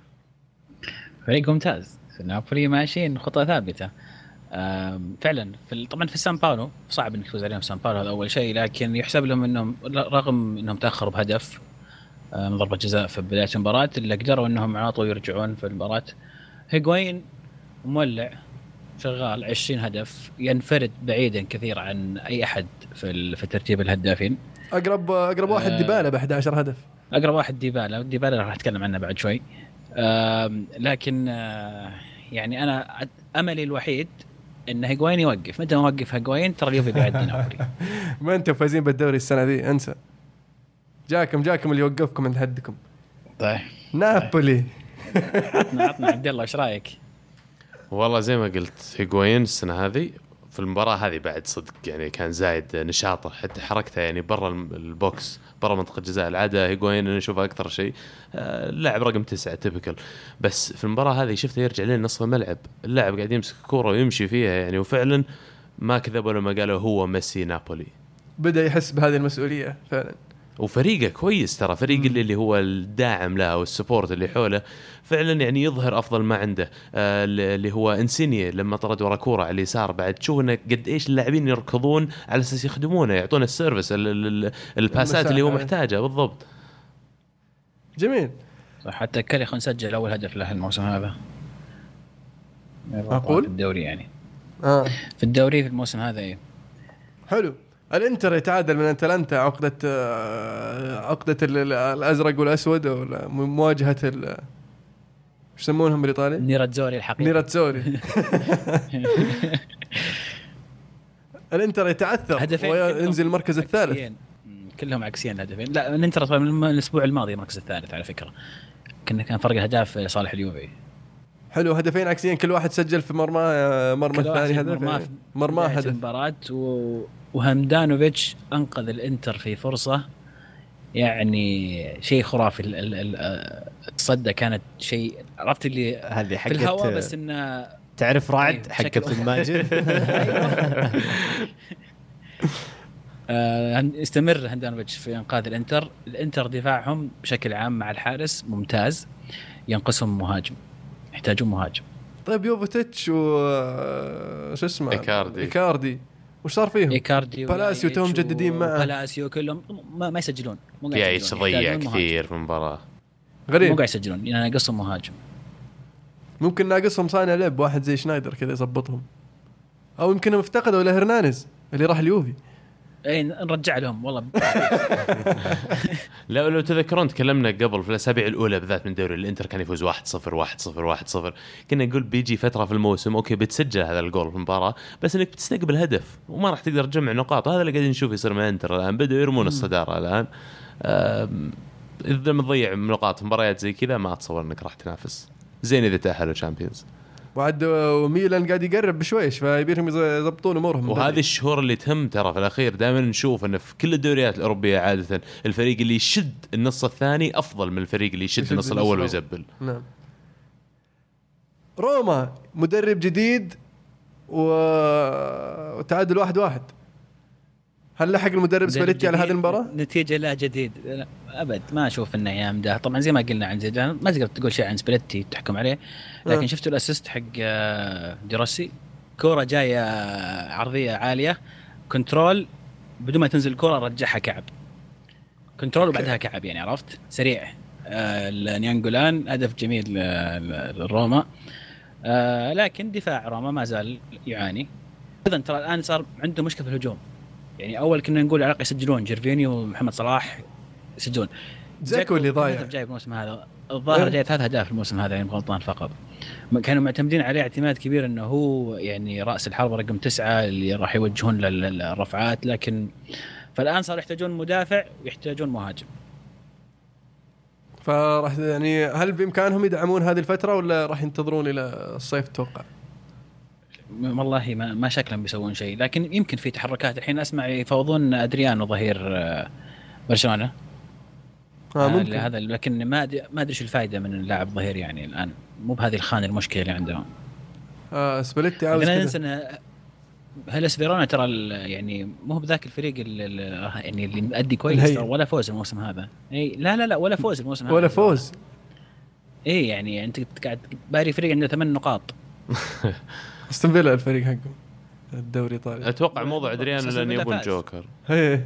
فريق ممتاز، نابولي ماشيين خطة ثابتة فعلا. في طبعا في سان باولو صعب انك تفوز عليهم في سان باولو، هذا اول شيء، لكن يحسب لهم انهم رغم انهم تاخروا بهدف من ضربة جزاء في بداية المباراة اللي قدروا انهم على طول يرجعون في المباراة. هيغوين مولع شغال عشرين هدف، ينفرد بعيدا كثير عن اي احد في في ترتيب الهدافين. اقرب اقرب واحد ديبالا ب أحد عشر هدف، اقرب واحد ديبالا ديبالا راح اتكلم عنه بعد شوي. لكن يعني انا املي الوحيد ان هيغوين يوقف. متى ما وقف هيغوين ترى اليوفي بيعدي نابولي. ما انتم فايزين بالدوري السنه دي، انسى. جاكم جاكم اللي يوقفكم عند حدكم. طيب نابولي عطنا عطنا عبد الله ايش رايك؟ والله زي ما قلت هيغوين السنه هذه في المباراة هذه بعد صدق يعني كان زايد نشاطه، حتى حركته يعني برا البوكس برا منطقة جزاء. العادة هيغوين نشوفه أكثر شيء اللاعب رقم تسعة تيبيكال، بس في المباراة هذه شفته يرجع لين نصف الملعب، اللاعب قاعد يمسك الكرة ويمشي فيها يعني، وفعلا ما كذب لما قالوا هو ميسي نابولي. بدأ يحس بهذه المسؤولية فعلا، وفريقه كويس ترى، فريق اللي, اللي هو الداعم له والسبورت اللي حوله فعلا يعني يظهر أفضل ما عنده. آه اللي هو إنسينية لما طرد ورا كورة على اليسار، بعد تشوف إنه قد إيش اللاعبين يركضون على أساس يخدمونه، يعطون السيرفيس الباسات اللي هو محتاجه بالضبط. جميل. حتى كاريخون سجل أول هدف له الموسم هذا. أقول في الدوري يعني آه. في الدوري في الموسم هذا إيه. حلو. الانتر يتعادل من اتلانتا عقدة عقدة الازرق والاسود ولا مواجهة ال ايش يسمونهم بالايطالي؟ نيراتزوري الحقيقي. نيراتزوري. الانتر يتعثر وينزل المركز الثالث. كلهم عكسيين الهدفين. لا الانتر من الاسبوع الماضي المركز الثالث على فكرة. كنا كان فرق الاهداف لصالح اليوفي. حلو هدفين عكسيين كل واحد سجل في مرمى مرمى الثاني هدف مرمى هدف المباراة و... وهمدانوفيتش انقذ الانتر في فرصة يعني شيء خرافي. الصدة كانت شيء عرفت اللي هذه في الهواء بس انه تعرف رعد حق كابتن ماجد. استمر هندانوفيتش في انقاذ الانتر. الانتر دفاعهم بشكل عام مع الحارس ممتاز ينقصهم مهاجم يحتاجون مهاجم. طيب يوفيتش و شو اسمه إيكاردي إيكاردي وش صار فيهم؟ إيكاردي بلاسيو توم مجددين معه. بلاسيو كلهم ما, ما يسجلون مو قاعد يسجلون يضيع كثير في المباراة غريب مو قاعد يسجلون يعني ناقصهم مهاجم. ممكن ناقصهم صانع لعب واحد زي شنايدر كذا يضبطهم او يمكنهم افتقدوا الى هرنانيز اللي راح اليوفي. اي نرجع لهم والله. لا لو تذكرون تكلمنا قبل في الاسابيع الاولى بالذات من دوري الانتر كان يفوز واحد صفر واحد صفر واحد صفر كنا نقول بيجي فتره في الموسم اوكي بتسجل هذا الجول في المباراه بس انك بتستقبل هدف وما راح تقدر تجمع نقاط. هذا اللي قاعدين نشوف يصير مع انتر الان بدأوا يرمون الصداره الان. اذا مضيع نقاط مباريات زي كذا ما اتصور انك راح تنافس زين اذا تاهلوا تشامبيونز. وعد وميلان قاعد يقرب بشويش فيبيهم يضبطون امورهم. وهذه الشهور اللي تهم ترى في الاخير دائما نشوف ان في كل الدوريات الاوروبيه عاده الفريق اللي يشد النص الثاني افضل من الفريق اللي يشد النص الاول ويزبل. نعم. روما مدرب جديد وتعادل واحد واحد. هل لحق المدرب سباليتي على هذه المباراة؟ نتيجة لا جديد لا أبد ما أشوف إنه يامده. طبعا زي ما قلنا عن زيدان ما تقدر تقول شيء عن سباليتي تحكم عليه لكن شفت الأسيست حق ديروسي كرة جاية عرضية عالية كنترول بدون ما تنزل الكرة رجعها كعب كنترول وبعدها كعب يعني عرفت سريع. النيانجولان هدف جميل للروما لكن دفاع روما ما زال يعاني. إذا ترى الآن صار عنده مشكلة في الهجوم يعني أول كنا نقول علاقة يسجلون جيرفينيو ومحمد صلاح يسجلون. زاكو اللي ضايع جايب الموسم هذا الظاهر جاي ثلاث أهداف الموسم هذا يعني غلطان فقط. كانوا معتمدين عليه اعتماد كبير إنه هو يعني رأس الحربة رقم تسعة اللي راح يوجهون للرفعات لكن فالآن صار يحتاجون مدافع ويحتاجون مهاجم. فراح يعني هل بإمكانهم يدعمون هذه الفترة ولا راح ينتظرون إلى الصيف توقع؟ والله ما ما شكلهم بيسوون شيء لكن يمكن في تحركات الحين اسمع يفوضون ادريانو ظهير برشلونة آه ممكن. هذا لكن ما ما ادري ايش الفائده من اللاعب ظهير يعني الان مو بهذه الخانه المشكله اللي عندهم. اه سباليتي عاوز كذا ننسى هل فيرونا ترى يعني مو بذاك الفريق اللي يعني اللي مؤدي كويس ولا فوز الموسم هذا. اي لا لا لا ولا فوز الموسم هذا ولا فوز. اي يعني انت قاعد باري فريق عنده ثمان نقاط. استنفيلا الفريق حقهم الدوري طالع. اتوقع موضوع ادريانو لان يبون جوكر. هي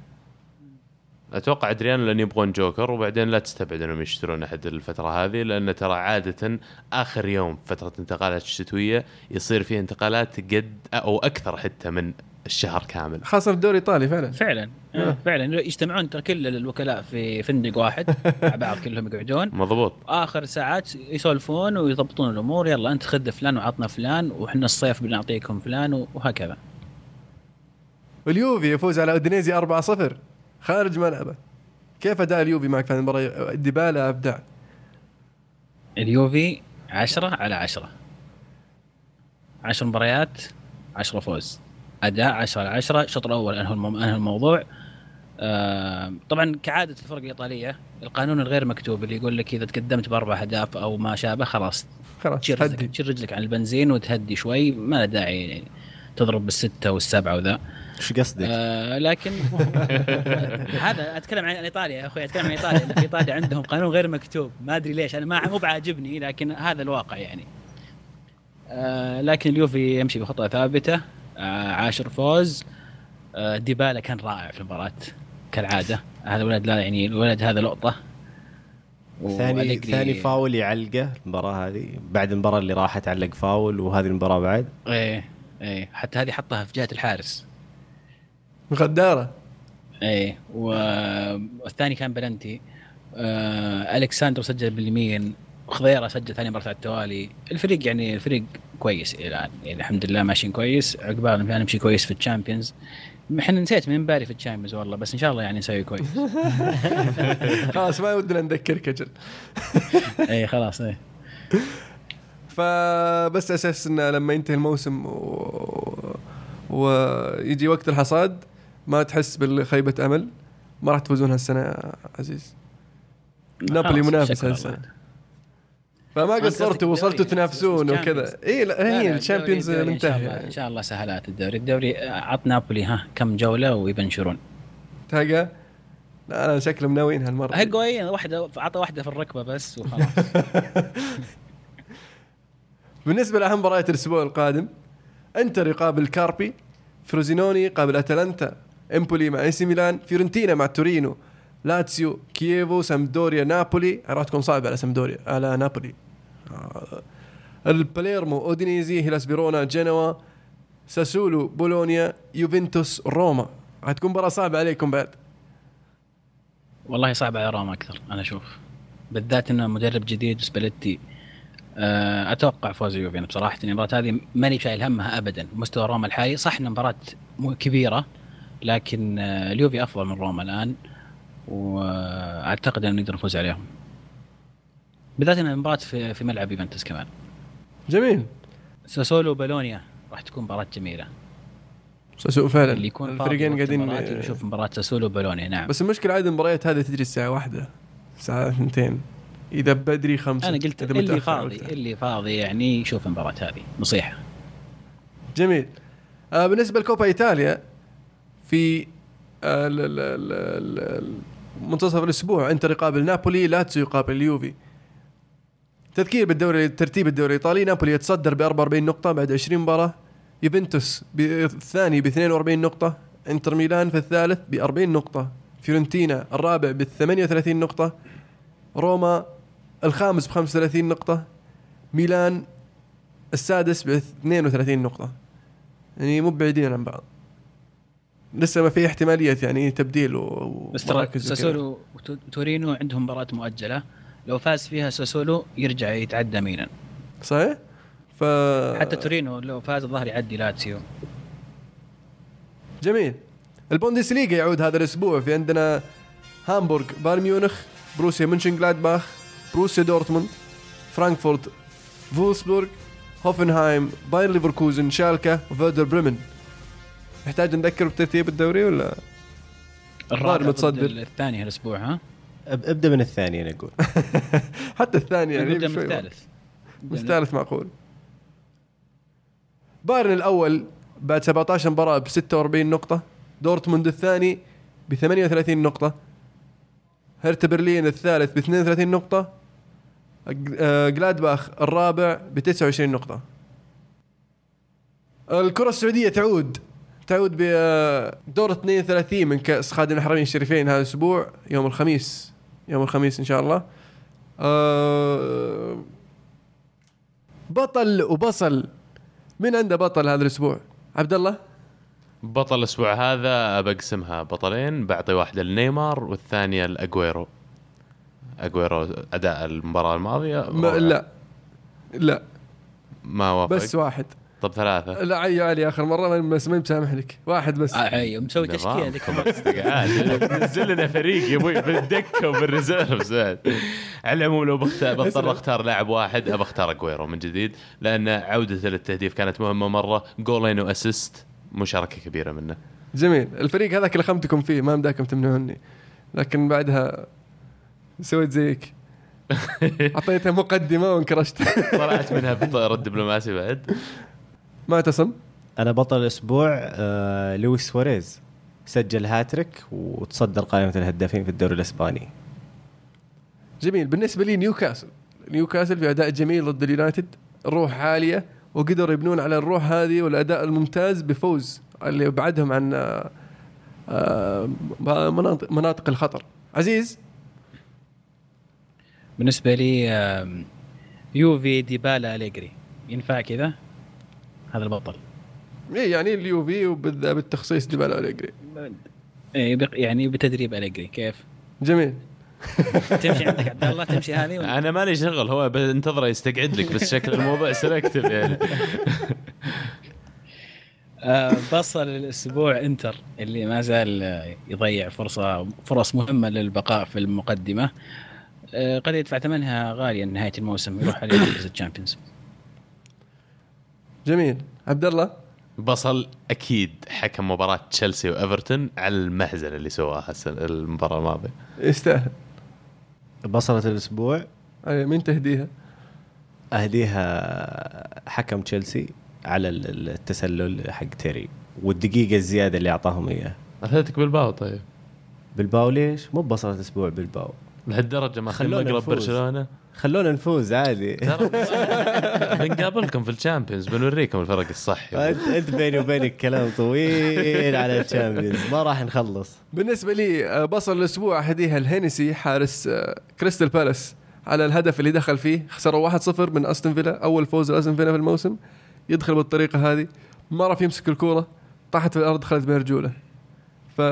اتوقع ادريانو لان يبغون جوكر وبعدين لا تستبعد انهم يشترون احد الفتره هذه لان ترى عاده اخر يوم فتره انتقالات الشتويه يصير فيه انتقالات قد او اكثر حتى من الشهر كامل خاصه في الدوري الايطالي فعلا فعلا آه. فعلا يجتمعون كل الوكلاء في فندق واحد مع بعض كلهم يقعدون مضبوط اخر ساعات يسولفون ويضبطون الامور. يلا انت خذ فلان وعطنا فلان وحنا الصيف بنعطيكم فلان وهكذا. اليوفي يفوز على اودينيزي أربعة صفر خارج ملعبه. كيف اداء اليوفي معك في المباراه؟ ديبالا ابدع. اليوفي عشرة على عشرة عشر مباريات عشرة فوز أداء عشرة على عشرة. الشوط الأول أنهى الموضوع. آه طبعا كعادة الفرق الإيطالية القانون الغير مكتوب اللي يقول لك إذا تقدمت بأربع أهداف أو ما شابه خلاص خلاص تشير رجلك, تشير رجلك عن البنزين وتهدي شوي ما له داعي يعني تضرب بالستة والسبعة وذا. شو قصدك؟ آه لكن هذا أتكلم عن إيطاليا يا أخوي أتكلم عن إيطاليا. في إيطاليا عندهم قانون غير مكتوب ما أدري ليش أنا ما مو بعاجبني لكن هذا الواقع يعني. آه لكن اليوفي يمشي بخطة ثابتة. آه عاشر فوز. آه ديبالا كان رائع في المباراة كالعادة. هذا الولد لا يعني الولد هذا لقطة. ثاني ثاني فاول يعلقه المباراة هذه بعد المباراة اللي راحت علق فاول وهذه المباراة بعد. ايه ايه حتى هذه حطها في جهة الحارس. غدارة. ايه والثاني كان بلنتي. آه الكساندر سجل باليمين، وخضيره سجل ثاني مباراه على التوالي. الفريق يعني الفريق كويس الان يعني الحمد لله ماشيين كويس. عقبالنا نمشي كويس في الشامبيونز. احنا نسيت من بالي في الشامبيونز والله، بس ان شاء الله يعني نسوي كويس. خلاص ما ودنا نذكرك اجل. اي خلاص اي. فبس اساس ان لما ينتهي الموسم و... ويجي وقت الحصاد ما تحس بالخيبة امل. ما راح تفوزون هالسنه يا عزيز. نابولي منافس هالسنه، فما قصرتوا وصلتوا تنافسون وكذا. اي لا هي الشامبيونز منتهي ان شاء الله. سهلات الدوري الدوري عط نابولي ها كم جوله ويبنشرون تلقى. لا انا شكلهم ناويين هالمره. هي قويه واحده، عطى واحده في الركبه بس وخلاص. بالنسبه لاهم مباريات الاسبوع القادم، انتر يقابل كاربي، فروزينوني قابل اتلانتا، امبولي مع اي سي ميلان، فيورنتينا مع تورينو، لاتسيو، كييفو، سامدوريا، نابولي. راح تكون صعبه على سامدوريا على نابولي. آه. الباليرمو، اودينيزي، هيلاس فيرونا، جنوا، ساسولو، بولونيا، يوفنتوس، روما. راح تكون مباراه صعبه عليكم بعد. والله صعب على روما اكثر انا اشوف، بالذات انه مدرب جديد سباليتي. اتوقع فوز يوفي بصراحه. المباراه هذه ماني شايل همها ابدا. مستوى روما الحالي صح انها مباراه كبيره، لكن اليوفي افضل من روما الان، واعتقد ان نقدر نفوز عليهم، بالذات ان المباراه في في ملعب يوفنتوس كمان. جميل. ساسولو وبولونيا راح تكون مباراه جميله. ساسولو فعلا اللي يكون الفريقين قاعدين نشوف مباراه ساسولو وبولونيا. نعم بس المشكله عاد المباريات هذه تجري الساعه واحدة الساعه اثنتين، اذا بدري خمسة. انا قلت اللي فاضي وقتها. اللي فاضي يعني يشوف المباراه هذه نصيحه. جميل. آه بالنسبه لكوبا ايطاليا في آه منتصف الاسبوع انتر يقابل نابولي، لاتسيو يقابل اليوفي. تذكير بالدوري، ترتيب الدوري الايطالي: نابولي يتصدر ب أربعة وأربعين نقطه بعد عشرين مباراه، يوفنتوس الثاني ب اثنين وأربعين نقطه، انتر ميلان في الثالث ب أربعين نقطه، فيورنتينا الرابع ب ثمانية وثلاثين نقطه، روما الخامس ب خمسة وثلاثين نقطه، ميلان السادس ب اثنين وثلاثين نقطه. يعني مو بعيدين عن بعض، لسه ما في احتماليه يعني تبديل ومراكز. ساسولو وتورينو عندهم مباراه مؤجله، لو فاز فيها ساسولو يرجع يتعدى ميلان. صحيح. ف حتى تورينو لو فاز الظهر يعدي لاتسيو. جميل. البوندسليغا يعود هذا الاسبوع. في عندنا هامبورغ، بايرن ميونخ، بروسيا مونشنغلادباخ، بروسيا دورتموند، فرانكفورت، فولسبورغ، هوفنهايم، باير ليفركوزن، شالكا، وفيردر بريمن. نحتاج نذكر بترتيب الدوري ولا الرابع متصدر الثاني هالاسبوع؟ ها ابدا من الثاني انا اقول. حتى الثاني يعني ابدا من الثالث. الثالث معقول. بايرن الاول بعد سبعة عشر مباراه ب ستة وأربعين نقطه، دورتموند الثاني ب ثمانية وثلاثين نقطه، هرتا برلين الثالث ب اثنين وثلاثين نقطه، غلادباخ الرابع ب تسعة وعشرين نقطه. الكره السعوديه تعود تعود بدور اثنين وثلاثين من كأس خادم الحرمين الشريفين هذا الأسبوع يوم الخميس. يوم الخميس إن شاء الله. أه بطل وبصل. من عنده بطل هذا الأسبوع؟ عبد الله. بطل الأسبوع هذا بقسمها بطلين، بعطي واحدة لنيمار والثانية لأجويرو. أجويرو أداء المباراة الماضية ما لا لا ما وافق. بس واحد. طب ثلاثة. لا عي علي آخر مرة بس ما مسامح لك. واحد بس. عي مسوي تشكيلة ذيك. نزل لنا فريق يا ابوي بالدكة وبالريزيرف زاد. على العموم لو بختار بضطر اختار لاعب واحد، ابى اختار أجويرو من جديد، لأن عودته للتهديف كانت مهمة مرة. جولين وأسيست، مشاركة كبيرة منه. جميل. الفريق هذاك اللي خمتكم فيه ما مداكم تمنعوني، لكن بعدها سويت زيك. أعطيتها مقدمة وانكرشت. طلعت منها برد دبلوماسي بعد. ما تصم. أنا بطل الأسبوع آه لويس سواريز، سجل هاتريك وتصدر قائمة الهدافين في الدوري الإسباني. جميل. بالنسبة لي نيوكاسل نيوكاسل في أداء جميل ضد اليونايتد، الروح عالية، وقدروا يبنون على الروح هذه والأداء الممتاز بفوز اللي يبعدهم عن آه آه مناطق, مناطق الخطر. عزيز. بالنسبة لي يوفي ديبالا أليجري، ينفع كذا؟ هذا البطل. ايه يعني اليوفي وبالتخصيص ديبالا أليجري. ايه يعني بتدريب أليجري كيف؟ جميل. تمشي عندك عبد الله تمشي هذه ولا؟ انا مالي شغل، هو بنتظره يستقعد لك بس شكل الموضوع سلكتيف يعني. آه بصل الاسبوع انتر اللي ما زال يضيع فرصه فرص مهمه للبقاء في المقدمه، آه قد يدفع ثمنها غاليا نهايه الموسم، يروح على مركز الشامبيونز. جميل. عبد الله بصل اكيد حكم مباراه تشيلسي وايفرتون على المهزله اللي سواها المباراه الماضيه، يستاهل. بصلة الاسبوع اي مين تهديها؟ اهديها حكم تشيلسي على التسلل حق تيري والدقيقه الزياده اللي اعطاهم اياها. اثبتك بالباو. طيب بالباو ليش مو بصلة الاسبوع بالباو لهالدرجه ما خلونا نقرب برشلونه؟ خلونا نفوز عادي. بنقابلكم في الشامبيونز بنوريكم الفرق الصح. انت بيني وبينك كلام طويل على الشامبيونز ما راح نخلص. بالنسبه لي بصل الاسبوع هديها الهينسي حارس كريستال بالاس على الهدف اللي دخل فيه، خسروا واحد صفر من أستون فيلا، أول فوز لأستون فيلا في الموسم، يدخل بالطريقة هذه ما عرف يمسك الكرة، طاحت في الأرض خلت برجولة، ف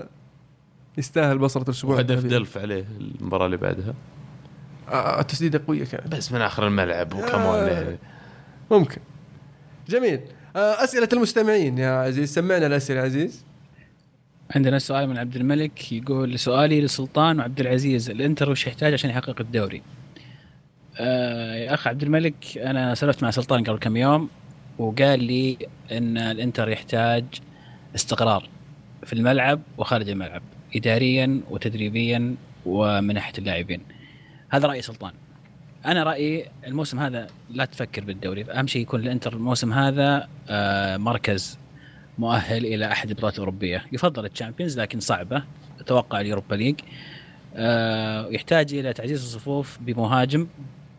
يستاهل بصرة الأسبوع. هدف دلف عليه المباراة اللي بعدها، آه تسديدة قوية كانت بس من آخر الملعب وكمان آه ممكن. جميل. آه أسئلة المستمعين يا عزيز، سمعنا الأسئلة عزيز. عندنا سؤال من عبد الملك يقول سؤالي لسلطان وعبد العزيز، الانتر وش يحتاج عشان يحقق الدوري؟ آه يا أخ عبد الملك، أنا سولفت مع سلطان قبل كم يوم وقال لي أن الانتر يحتاج استقرار في الملعب وخارج الملعب، إداريا وتدريبيا ومن ناحية اللاعبين. هذا رأي سلطان. أنا رأيي الموسم هذا لا تفكر بالدوري، أهم شيء يكون الانتر الموسم هذا آه مركز مؤهل إلى أحد البطولات الأوروبية، يفضل الشامبيونز لكن صعبة، أتوقع اليوروبا ليج. أه يحتاج إلى تعزيز الصفوف بمهاجم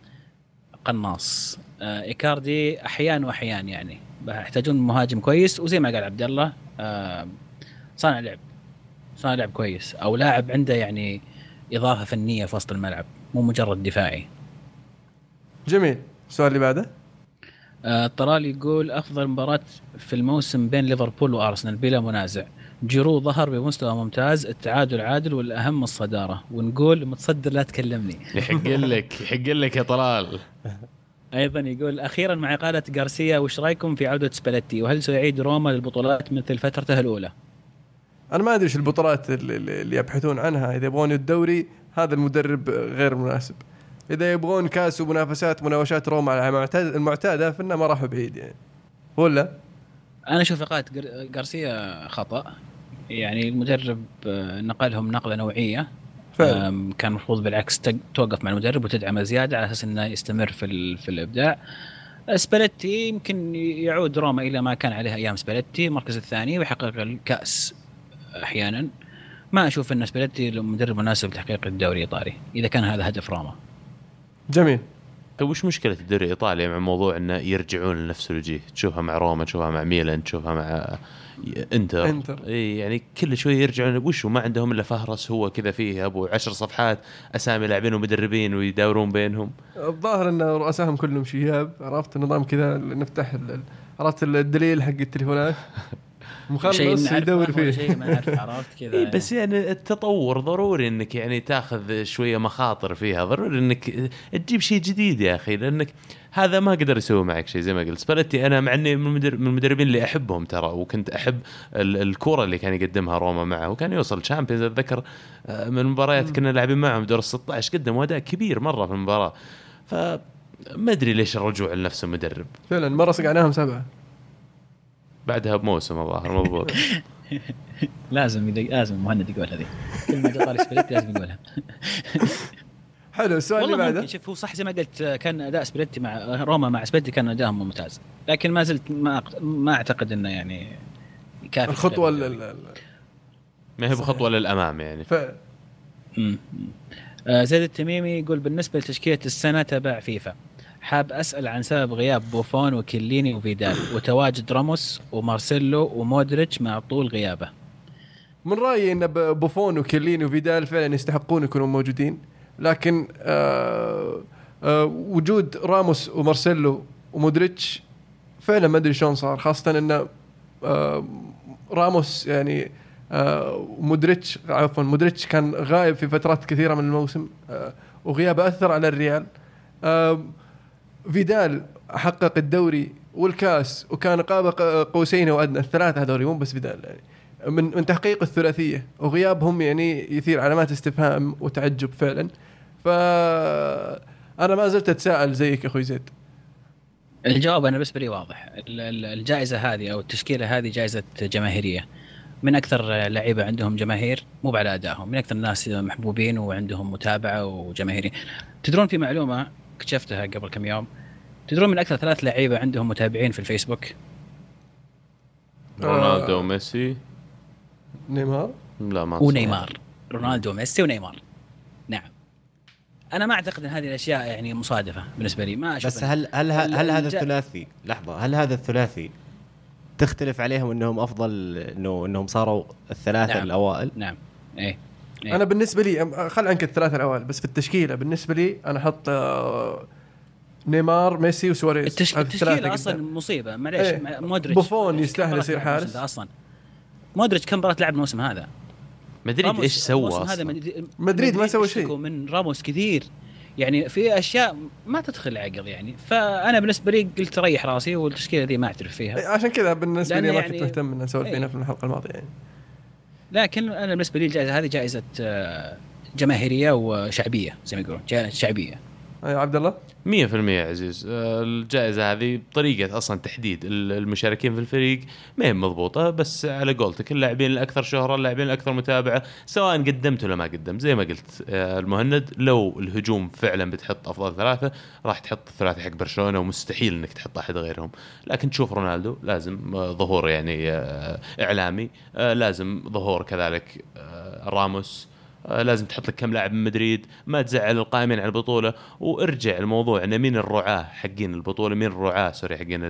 قناص، أه إيكاردي أحيان وأحيان يعني يحتاجون مهاجم كويس، وزي ما قال عبد الله أه صانع لعب صانع لعب كويس، أو لاعب عنده يعني إضافة فنية في وسط الملعب مو مجرد دفاعي. جميل. السؤال اللي بعده الطرالي يقول أفضل مباراة في الموسم بين ليفربول وأرسنال بلا منازع، جيرو ظهر بمستوى ممتاز، التعادل عادل والأهم الصدارة، ونقول متصدر لا تكلمني. يحق لك يحق لك يا طلال. أيضا يقول أخيرا مع إقالة غارسيا وش رأيكم في عودة سباليتي، وهل سيعيد روما للبطولات مثل فترته الأولى؟ أنا ما أدري إيش البطولات اللي, اللي يبحثون عنها، إذا يبغون الدوري هذا المدرب غير مناسب، إذا يبغون كاس ومنافسات مناوشات روما على المعتادة فإنه ما راحوا بعيد يعني. ولا أنا أشوف إقالة غارسيا خطأ، يعني المدرب نقلهم نقلة نوعية، كان المفروض بالعكس توقف مع المدرب وتدعمه زيادة على أساس إنه يستمر في في الإبداع. سباليتي يمكن يعود روما إلى ما كان عليه أيام سباليتي، المركز الثاني ويحقق الكأس أحيانا. ما أشوف إن سباليتي المدرب مناسب لتحقيق الدوري الإيطالي إذا كان هذا هدف روما. جميل. طيب وش مشكلة الدوري الإيطالي مع موضوع إنه يرجعون لنفس الوجيه؟ تشوفها مع روما، تشوفها مع ميلان، تشوفها مع انتر, انتر. إيه يعني كل شوي يرجعون، وش ما عندهم إلا فهرس هو كذا فيه أبو عشر صفحات أسامي لاعبين ومدربين ويداورون بينهم. الظاهر إن رؤساهم كلهم شياب، عرفت النظام كذا، نفتح عرفت الدليل حق التليفونات مخلص يدور فيه شيء ما نعرف، عرفت كذا. إيه بس يعني التطور ضروري انك يعني تاخذ شويه مخاطر فيها، ضروري انك تجيب شيء جديد يا اخي، لانك هذا ما قدر يسوي معك شيء. زي ما قلت سباليتي انا مع اني من المدربين اللي احبهم ترى، وكنت احب الكره اللي كان يقدمها روما معه، وكان يوصل تشامبيونز. اتذكر من المباريات كنا لاعبين معهم دور الستة عشر، قدم اداء كبير مره في المباراه، فما ادري ليش الرجوع لنفس المدرب. فعلا مره سقعناهم سبعه بعدها بموسم الظاهر. مضبوط. لازم يدق... لازم مهند يقول هذه كلمة طاري سبريتي لازم يقولها. حلو. السؤال اللي بعده، شوف هو صح زي ما قلت، كان أداء سبريتي مع روما مع سبريتي كان أداءهم ممتاز، لكن ما زلت ما ما أعتقد إنه يعني كافي الخطوة ال... ما هي بخطوة للأمام يعني. ف... آه زيد التميمي يقول بالنسبة لتشكيلة السنة تبع فيفا، حاب أسأل عن سبب غياب بوفون وكيليني وفيدال وتواجد راموس ومارسيلو ومودريتش مع طول غيابه. من رأيي أن بوفون وكيليني وفيدال فعلا يستحقون يكونوا موجودين، لكن آه آه وجود راموس ومارسيلو ومودريتش فعلا ما أدري شلون صار، خاصة أن آه راموس يعني آه مودريتش عفوا مودريتش كان غائب في فترات كثيرة من الموسم آه وغيابه أثر على الريال. آه فيدال حقق الدوري والكاس وكان قاب قوسين وأدنى، الثلاثة هذول مو بس فيدال يعني من من تحقيق الثلاثية، وغيابهم يعني يثير علامات استفهام وتعجب فعلا. فأنا ما زلت أتساءل زيك أخوي زيد. الجواب أنا بالنسبة لي واضح. الجائزة هذه أو التشكيلة هذه جائزة جماهيرية، من أكثر لعيبة عندهم جماهير مو على أدائهم، من أكثر الناس محبوبين وعندهم متابعة وجماهيرية. تدرون في معلومة اكتشفتها قبل كم يوم، تدرون من أكثر ثلاث لعيبة عندهم متابعين في الفيسبوك؟ رونالدو آه وميسي نيمار لا ما ونيمار رونالدو وميسي ونيمار. نعم أنا ما أعتقد أن هذه الأشياء يعني مصادفة بالنسبة لي، ما أشوف. بس هل هل هل, هل هذا الثلاثي لحظة هل هذا الثلاثي تختلف عليهم انهم افضل انه انهم صاروا الثلاثه نعم. الاوائل؟ نعم ايه. إيه. انا بالنسبه لي خل عنك الثلاثه الاوائل، بس في التشكيله بالنسبه لي انا احط نيمار ميسي وسواريز. التشك... التشكيله اصلا قدام. مصيبه معليش. ايه. مودريتش بوفون يستاهل يصير حارس اصلا. مودريتش كم مباراه لعب الموسم هذا؟ مدريد ايش سوى اصلا؟ مدريد, مدريد ما سوى شيء من راموس كثير يعني، في اشياء ما تدخل العقل يعني. فانا بالنسبه لي قلت ريح راسي والتشكيله دي ما اعترف فيها، عشان كذا بالنسبه لي ما يعني كنت مهتم ان اسولف فيها في الحلقه الماضيه يعني. لكن انا بالنسبه لي الجائزه هذه جائزه جماهيريه وشعبيه زي ما يقولون، جائزه شعبيه. يا عبد الله مية في المية عزيز. الجائزة هذه طريقة أصلا تحديد المشاركين في الفريق ما هي مضبوطة، بس على قولتك اللاعبين الأكثر شهرة اللاعبين الأكثر متابعة سواء قدمت ولا ما قدمت. زي ما قلت المهند، لو الهجوم فعلا بتحط أفضل ثلاثة راح تحط الثلاثة حق برشلونة ومستحيل إنك تحط أحد غيرهم. لكن تشوف رونالدو لازم ظهور يعني إعلامي، لازم ظهور كذلك راموس، لازم تحط لك كم لاعب من مدريد، ما تزعل القائمين على البطولة. وارجع الموضوع أن مين الرعاة حقين البطولة، مين الرعاة سوري حقين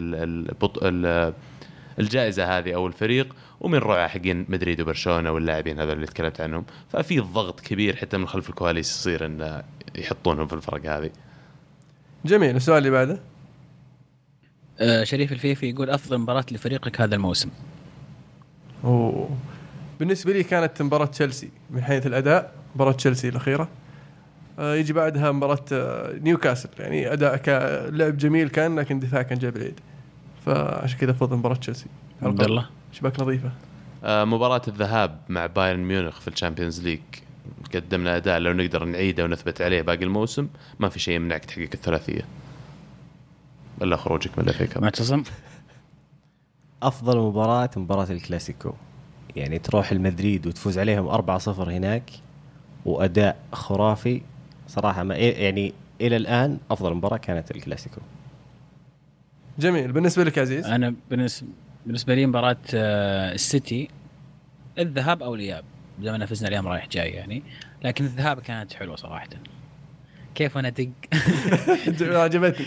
الجائزة هذه أو الفريق، ومين الرعاة حقين مدريد وبرشلونة واللاعبين هذول اللي تكلمت عنهم. ففي ضغط كبير حتى من خلف الكواليس يصير أن يحطونهم في الفرق هذه. جميل. السؤال اللي بعده آه شريف الفيفي يقول أفضل مباراة لفريقك هذا الموسم. أوه. بالنسبة لي كانت مباراة تشيلسي من حيث الأداء، مباراة تشيلسي الأخيرة. آه يجي بعدها مباراة آه نيوكاسل، يعني أداء كلعب جميل كان، لكن دفاع كان جاب العيد. فعشان كذا فضل مباراة تشيلسي. عبد الله شباك نظيفة. آه مباراة الذهاب مع بايرن ميونخ في الشامبيونز ليج، قدمنا أداء لو نقدر نعيده ونثبت عليه باقي الموسم ما في شيء يمنعك تحقيق الثلاثية إلا خروجك من الإف إيه كاب. معتصم أفضل مباراة مباراة الكلاسيكو، يعني تروح المدريد وتفوز عليهم أربعة صفر هناك وأداء خرافي صراحة. ما يعني إلى الآن أفضل مباراة كانت الكلاسيكو. جميل. بالنسبة لك عزيز؟ أنا بالنسبة بالنسبة لي مباراة السيتي، الذهاب أو الإياب زي ما نفذنا اليوم رايح جاي يعني، لكن الذهاب كانت حلوة صراحة. كيف أنا دق عجبتني.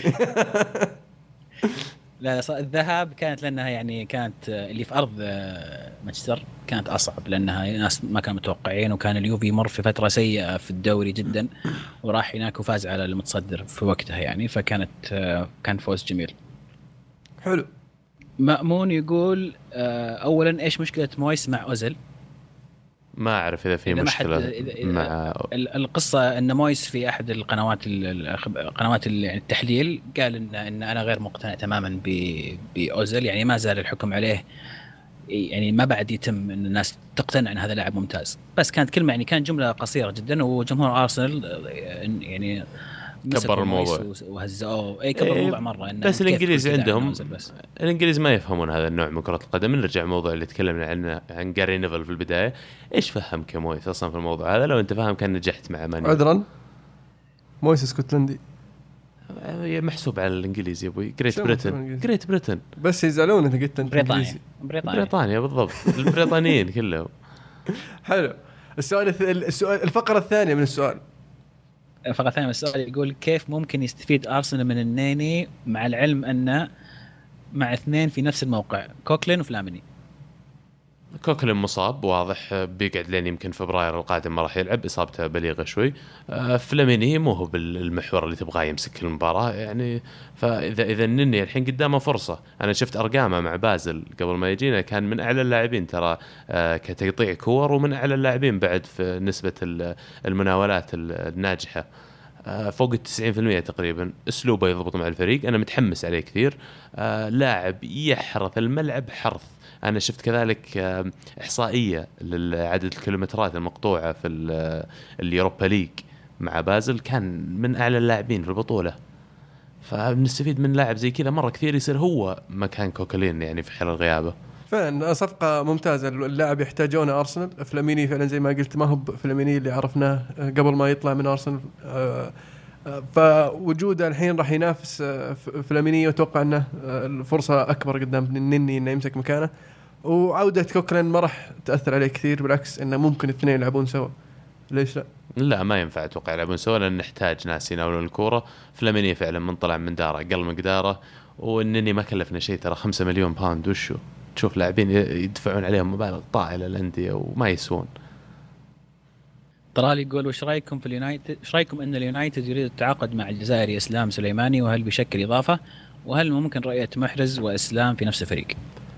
لا لا الذهاب كانت لأنها يعني كانت اللي في أرض مانشستر كانت أصعب، لأنها ناس ما كانوا متوقعين، وكان اليوفي يمر في فترة سيئة في الدوري جدا، وراح هناك وفاز على المتصدر في وقتها يعني، فكانت كان فوز جميل. حلو. مأمون يقول أولا إيش مشكلة مويس مع أوزيل؟ ما أعرف إذا في مشكلة إذا إذا مع القصة أن مويس في أحد القنوات القنوات التحليل قال إن, إن أنا غير مقتنع تماما بأوزيل، يعني ما زال الحكم عليه، يعني ما بعد يتم إن الناس تقتنع أن هذا لاعب ممتاز. بس كانت كلمة يعني كان جملة قصيرة جدا، وجمهور أرسنال يعني كبر الموضوع وهزأوه. أي كبر الموضوع مرة. بس الإنجليز عندهم بس. الإنجليز ما يفهمون هذا النوع من كرة القدم. نرجع موضوع اللي تكلمنا عنه عن جاري نيفل في البداية. إيش فهم كمويس أصلا في الموضوع هذا؟ لو أنت فاهم كان نجحت مع ماني. عذرا مويس اسكتلندي محسوب على الإنجليزي يا أبوي. جريت بريتن جريت بريتن بس يزعلون إذا قلت أنت بريطانيا. بريطانيا بريطانيا بالضبط. البريطانيين كلهم. حلو. السؤال السؤال الفقرة الثانية من السؤال. الفقرة الثانية من السؤال يقول كيف ممكن يستفيد أرسنال من النيني مع العلم أن مع اثنين في نفس الموقع كوكلين وفلاميني؟ كوكلين مصاب واضح، بيقعد لين يمكن فبراير القادم ما راح يلعب، اصابته بليغه شوي. فلاميني مو هو بالمحور اللي تبغاه يمسك المباراه يعني. فاذا اذا النني الحين قدامه فرصه، انا شفت ارقامه مع بازل قبل ما يجينا كان من اعلى اللاعبين ترى كتقطيع كور، ومن اعلى اللاعبين بعد في نسبه المناولات الناجحه فوق التسعين في المية تقريبا. اسلوبه يضبط مع الفريق، انا متحمس عليه كثير. لاعب يحرث الملعب حرث. أنا شفت كذلك إحصائية لعدد الكيلومترات المقطوعة في اليوروبا ليج مع بازل، كان من أعلى اللاعبين في البطولة. فبنستفيد من لاعب زي كذا مرة كثير يصير هو مكان كوكلين يعني في حال الغيابة. فعلا صفقة ممتازة. اللاعب يحتاجونه أرسنال. فلاميني فعلا زي ما قلت ما هو فلاميني اللي عرفناه قبل ما يطلع من أرسنال، فوجوده الحين راح ينافس فلاميني، وتوقع أنه الفرصة أكبر قدام النني إنه يمسك مكانه. وعودة كوكلين ما راح تأثر عليه كثير، بالعكس إنه ممكن الاثنين يلعبون سوا. ليش لا؟ لا ما ينفع أتوقع يلعبون سوا، لأن نحتاج ناس يناولون الكورة. فلاميني فعلا من طلع من داره أقل مقداره، والنني ما كلفنا شيء ترى، خمسة مليون باوند. وشو تشوف لاعبين يدفعون عليهم مبالغ طائلة الأندية وما يسوون. طلال يقول وش رايكم في اليونايتد، ايش رايكم ان اليونايتد يريد التعاقد مع الجزائري اسلام سليماني، وهل بيشكل اضافه، وهل ممكن رؤيه محرز واسلام في نفس الفريق؟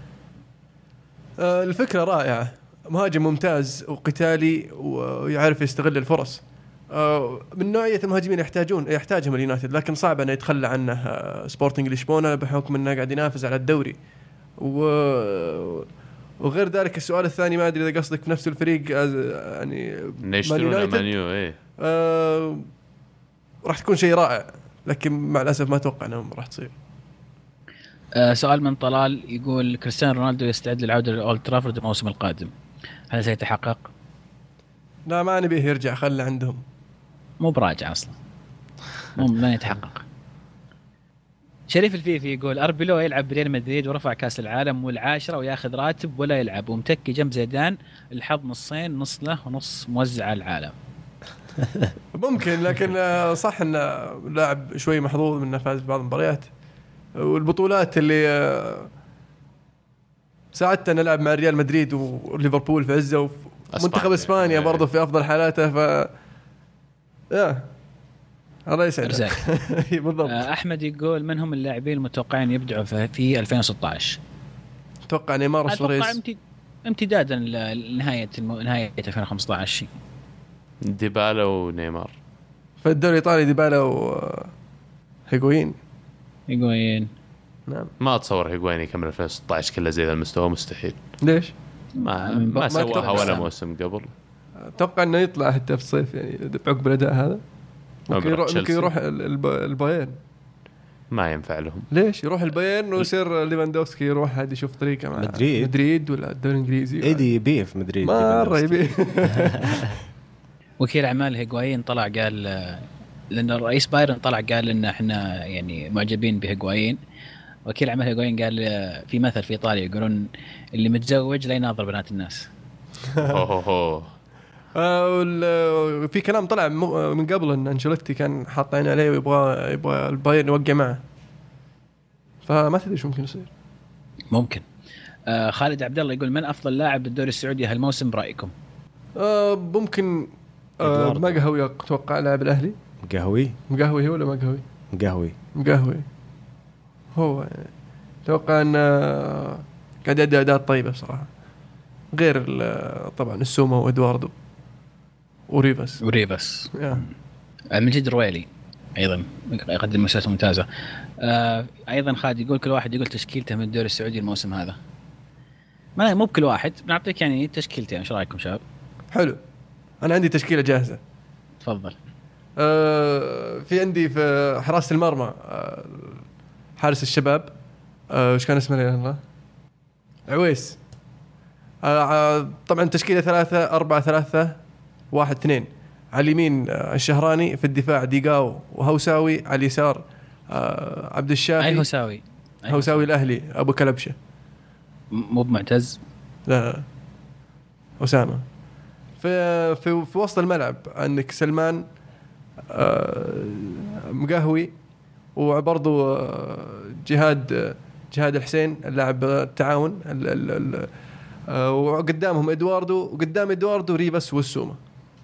آه الفكره رائعه، مهاجم ممتاز وقتالي ويعرف يستغل الفرص. آه من نوعيه المهاجمين يحتاجون يحتاجهم اليونايتد، لكن صعب انه يتخلى عنه آه سبورتنج لشبونه بحكم انه قاعد ينافس على الدوري. و وغير ذلك السؤال الثاني ما ادري اذا قصدك في نفس الفريق يعني نيشترون مانيو. ايه آه راح تكون شيء رائع، لكن مع الاسف ما اتوقع انه راح تصير. آه سؤال من طلال يقول كريستيانو رونالدو يستعد للعوده لأولد ترافورد الموسم القادم، هل سيتحقق؟ لا ما نبيه يرجع، خلى عندهم مو براجع اصلا، مو ما يتحقق. شريف الفيفي يقول أربيلو يلعب بريال مدريد ورفع كاس العالم والعاشرة وياخذ راتب ولا يلعب، ومتكي جنب زيدان، الحظ نصين، نص له ونص موزع على العالم. ممكن، لكن صح انه لاعب شوي محظوظ منه فاز ببعض المباريات والبطولات اللي ساعدته نلعب مع ريال مدريد وليفربول في عزه، ومنتخب اسبانيا برضه في افضل حالاته. ف يا الله يسعدك. بالضبط. احمد يقول من هم اللاعبين المتوقعين يبدعوا في ألفين وستة عشر؟ اتوقع نيمار وسواريز امتدادا لنهايه نهايه ألفين وخمسة عشر. ديبالا ونيمار في الدوري الايطالي، ديبالا وهيغوين. هيغوين نعم. ما اتصور هيغوين يكمل ألفين وستة عشر كله زي ذا المستوى، مستحيل. ليش؟ ما ما, ما سواها ولا موسم قبل. اتوقع انه يطلع حتى في الصيف يعني بعقب الاداء هذا. ممكن يروح ممكن يروح البايرن. ما ينفع لهم. ليش يروح البايرن ويصير ليفاندوفسكي يروح هذه يشوف طريقه مع مدريد مدريد ولا الدوري الانجليزي؟ ايدي بي في مدريد مره يبي. وكيل اعمال هيغوايين طلع قال، لان رئيس بايرن طلع قال ان احنا يعني معجبين بهيغوايين. وكيل اعمال هيغوايين قال في مثل في ايطاليا يقولون اللي متزوج لا يناظر بنات الناس. آه في كلام طلع من قبل ان انشيلوتي كان حاط عينه عليه ويبغى يبغى البايرن يوقع معه، فما تدري شو ممكن يصير. ممكن. آه خالد عبد الله يقول من افضل لاعب بالدوري السعودي هالموسم برايكم؟ آه ممكن آه مقهوي، اتوقع لاعب الاهلي. مقهوي مقهوي هو ولا مقهوي؟ مقهوي مقهوي هو. اتوقع ان قاعد يدي اداء طيبه بصراحه، غير طبعا السومه وادواردو وريفاس وريفاس yeah. المجيد الرويلي ايضا يقدم مسيرة ممتازه. آه ايضا خالد يقول كل واحد يقول تشكيلته من الدوري السعودي الموسم هذا. ما مو بكل واحد، بنعطيك يعني تشكيلتين. ايش رايكم شباب؟ حلو، انا عندي تشكيله جاهزه. تفضل. آه في عندي في حراسه المرمى آه حارس الشباب ايش آه كان اسمه يا الله عويس. آه طبعا تشكيله ثلاثة أربعة ثلاثة واحد اثنين. على اليمين آه الشهراني، في الدفاع ديقاو وهوساوي، على اليسار آه عبد الشافي. اي هوساوي؟ أي هوساوي الأهلي أبو كلبشة، مو بمعتز. لا أسامة. في في في وسط الملعب عندك سلمان آه مقهوي، وبرضو آه جهاد آه جهاد الحسين اللاعب التعاون آه وقدامهم ادواردو، وقدام ادواردو ريفاس والسوما.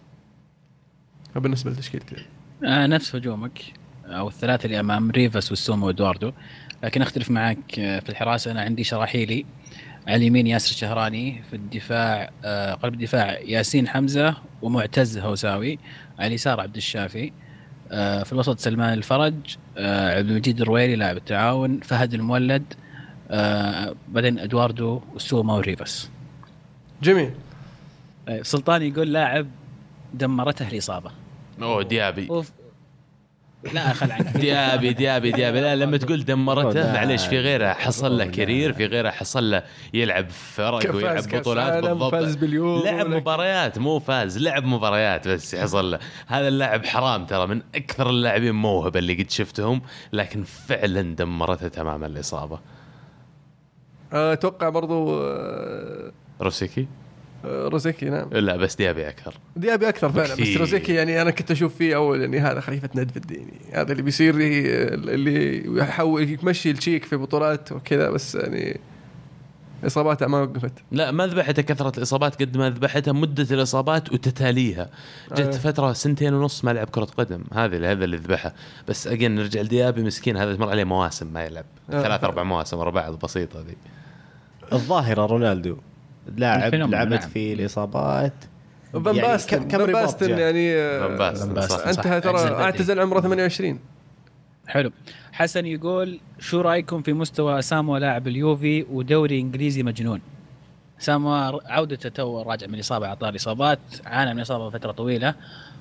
بالنسبه لتشكيلتي آه نفس هجومك او الثلاثه اللي امام ريفاس والسوما وادواردو، لكن اختلف معك في الحراسه. انا عندي شراحيلي على اليمين، ياسر شهراني في الدفاع، آه قلب الدفاع ياسين حمزه ومعتز هوساوي، على اليسار عبد الشافي، آه في الوسط سلمان الفرج، آه عبد المجيد الرويلي لاعب التعاون، فهد المولد، آه بعدين ادواردو والسوما وريفاس. جميل. آه سلطان يقول لاعب دمرته الاصابه. اوه ديابي. أوف. لا خل عنك. ديابي ديابي ديابي لا لما تقول دمرته معليش، في غيره حصل له كارير، في غيره حصل له يلعب فرق ويلعب بطولات بالضبط، لعب مباريات مو فاز، لعب مباريات بس حصل له. هذا اللاعب حرام ترى، من اكثر اللاعبين موهبه اللي قد شفتهم، لكن فعلا دمرته تماما الاصابه. اتوقع برضو آه روسيكي روزيكي. نعم لا بس ديابي اكثر، ديابي اكثر فعلا. بس روزيكي يعني انا كنت اشوف فيه اول يعني هذا خليفه ندفد، يعني هذا اللي بيصير اللي يحاول يمشي الشيك في بطولات وكذا، بس يعني اصاباته ما وقفت. لا ما ذبحته كثره الاصابات قد ما ذبحته مده الاصابات وتتاليها. جت آه. فتره سنتين ونص ما لعب كره قدم، هذا هذا اللي ذبحه. بس اجين نرجع لديابي مسكين، هذا تمر عليه مواسم ما يلعب، آه. ثلاث اربع مواسم ورا بعض بسيطه ذي. الظاهره رونالدو لاعب لعبت في الإصابات. فان باستن كم باستن يعني انتهى ترى اعتزل عمره ثمانية وعشرين. حلو. حسن يقول شو رايكم في مستوى سامو لاعب اليوفي ودوري انجليزي مجنون؟ سامو عودته تو راجع من اصابه، عطاه اصابات، عانى من اصابه فتره طويله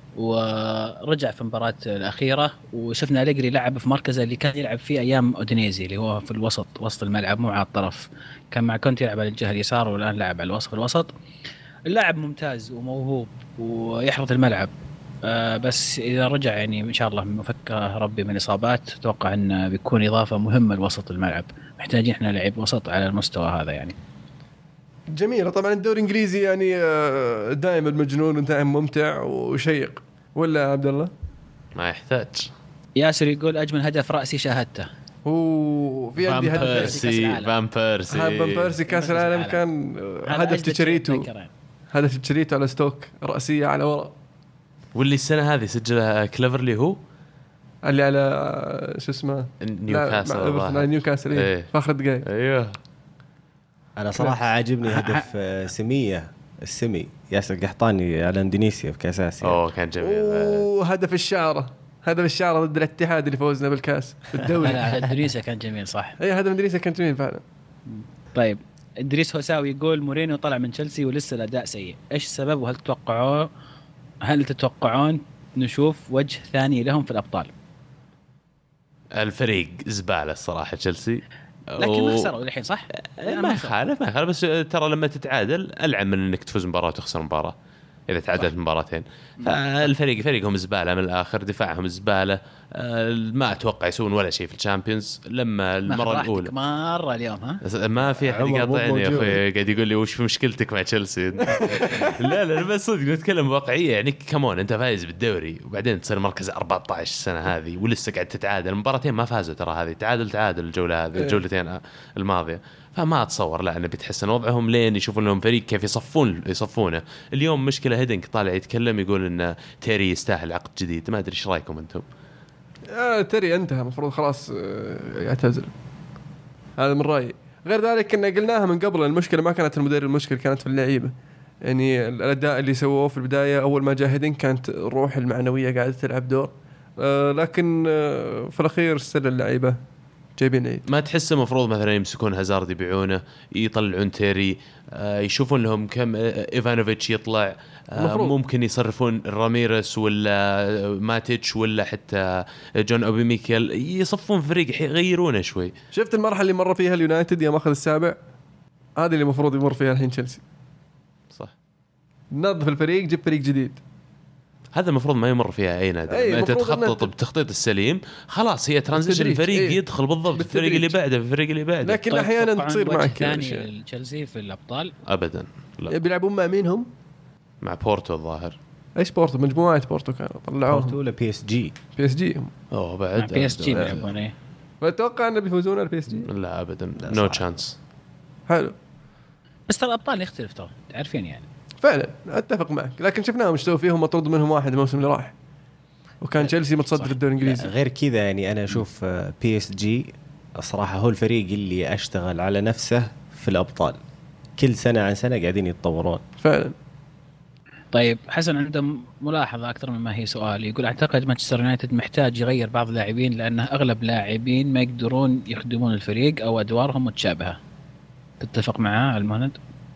ورجع في المباراه الاخيره، وشفنا أليجري لعب في مركزه اللي كان يلعب فيه ايام اودينيزي اللي هو في الوسط وسط الملعب مو على الطرف، كان مع كونتي يلعب على الجهه اليسار والان لاعب على الوسط الوسط. اللاعب ممتاز وموهوب ويحرث الملعب، آه بس اذا رجع يعني ان شاء الله مفكه ربي من اصابات، اتوقع انه بيكون اضافه مهمه لوسط الملعب. محتاجين احنا لعيب وسط على المستوى هذا يعني. جميل. طبعا الدوري الانجليزي يعني دائما مجنون ودائما ممتع وشيق، ولا عبد الله؟ ما يحتاج. ياسر يقول اجمل هدف راسي شاهدته. وفي عندي هدف بيرسي فان بيرسي فان بيرسي كاس العالم، كان هدف تشريتو، هدف تشريتو على ستوك رأسية على وراء. واللي السنة هذه سجلها كليفرلي هو اللي على شو اسمه نيوكاسل نيوكاسل ايه فاخر دقايق. ايوه انا صراحة عاجبني هدف سمية السمي ياسر قحطاني على اندونيسيا في كاس اسيا. اوه كان جميل. وهدف الشعرة، هدف الشعرة ضد الاتحاد اللي فوزنا بالكاس بالدوري. على اندونيسيا كان جميل صح. اي هدف اندونيسيا كان جميل فعلا. طيب إدريس هوساوي يقول مورينيو طلع من تشيلسي ولسه الأداء سيء، إيش السبب؟ وهل تتوقعوا هل تتوقعون نشوف وجه ثاني لهم في الأبطال؟ الفريق زبالة الصراحة تشيلسي، لكن ما خسروا الحين صح؟ ما يخالف ما يخالف بس ترى لما تتعادل ألعن من إنك تفوز مباراة وتخسر مباراة إذا تعادلت مباراتين. فالفريق فريقهم زبالة من الآخر، دفاعهم زبالة، ما أتوقع يسوون ولا شيء في الشامبيونز. لما المرة الأولى مرة اليوم ها ما في أحد يقاطعني يا أخوي، قاعد يقول لي وش في مشكلتك مع تشيلسي. لا لا بس صدق نتكلم واقعية يعني. كمون أنت فايز بالدوري وبعدين تصير مركز أربعة عشر السنة هذه ولسه قاعد تتعادل مباراتين ما فازوا ترى، هذه تعادل تعادل الجولة هذه الجولتين الماضية. فما أتصور لا أنه بيتحسن وضعهم لين يشوفون لهم فريق كيف يصفون يصفونه. اليوم مشكلة هيدنك طالع يتكلم يقول إن تيري يستاهل عقد جديد، ما أدري إيش رأيكم أنتم؟ آه تيري انتهى مفروض خلاص يعتزل، هذا من رأيي. غير ذلك إن قلناها من قبل، المشكلة ما كانت المدرب، المشكلة كانت في اللعيبة. يعني الأداء اللي سووه في البداية أول ما جاء هيدنك كانت الروح المعنوية قاعدة تلعب دور، آه لكن آه في الأخير استل اللعيبة جايبين عيد. ما تحس المفروض مثلا يمسكون هازارد يبيعونه، يطلعون تيري، آه يشوفون لهم كم آه إيفانوفيتش يطلع، آه ممكن يصرفون راميرس ولا ماتيتش ولا حتى جون أوبي ميكيل، يصفون فريق يغيرونه شوي. شفت المرحلة اللي مر فيها اليونايتد يا ماخذ السابع، هذه اللي المفروض يمر فيها الحين تشيلسي. صح، نظف الفريق جيب فريق جديد، هذا المفروض ما يمر فيها أي نادي. أي أنت تخطط بالتخطيط السليم خلاص، هي ترانزيشن الفريق أيه؟ يدخل بالضبط الفريق اللي بعده الفريق اللي بعده. لكن طيب أحيانا تصير معك ثاني تشيلسي في الأبطال أبدا لا. بيلعبون مع مين هم؟ مع بورتو الظاهر. إيش بورتو؟ مجموعة بورتو كانوا طلعوهم. بورتو ولا بي إس جي؟ بي إس جي. أوه بعد. بي إس جي بيلعبون إيه؟ فأتوقع أن بيفوزون على بي إس جي. لا أبدا. نو no تشانس. حلو. بس ترى الابطال يختلف ترى تعرفين يعني. فعلا اتفق معك، لكن شفناهم ايش سووا فيهم، مطرود منهم واحد الموسم اللي راح، وكان تشيلسي متصدر الدوري الانجليزي. غير كذا يعني انا اشوف بي اس جي الصراحه هو الفريق اللي اشتغل على نفسه في الابطال، كل سنه عن سنه قاعدين يتطورون فعلا. طيب حسن عنده ملاحظه اكثر مما هي سؤال، يقول اعتقد مانشستر يونايتد محتاج يغير بعض اللاعبين لانه اغلب لاعبين ما يقدرون يخدمون الفريق او ادوارهم متشابهه. تتفق معاه المهند؟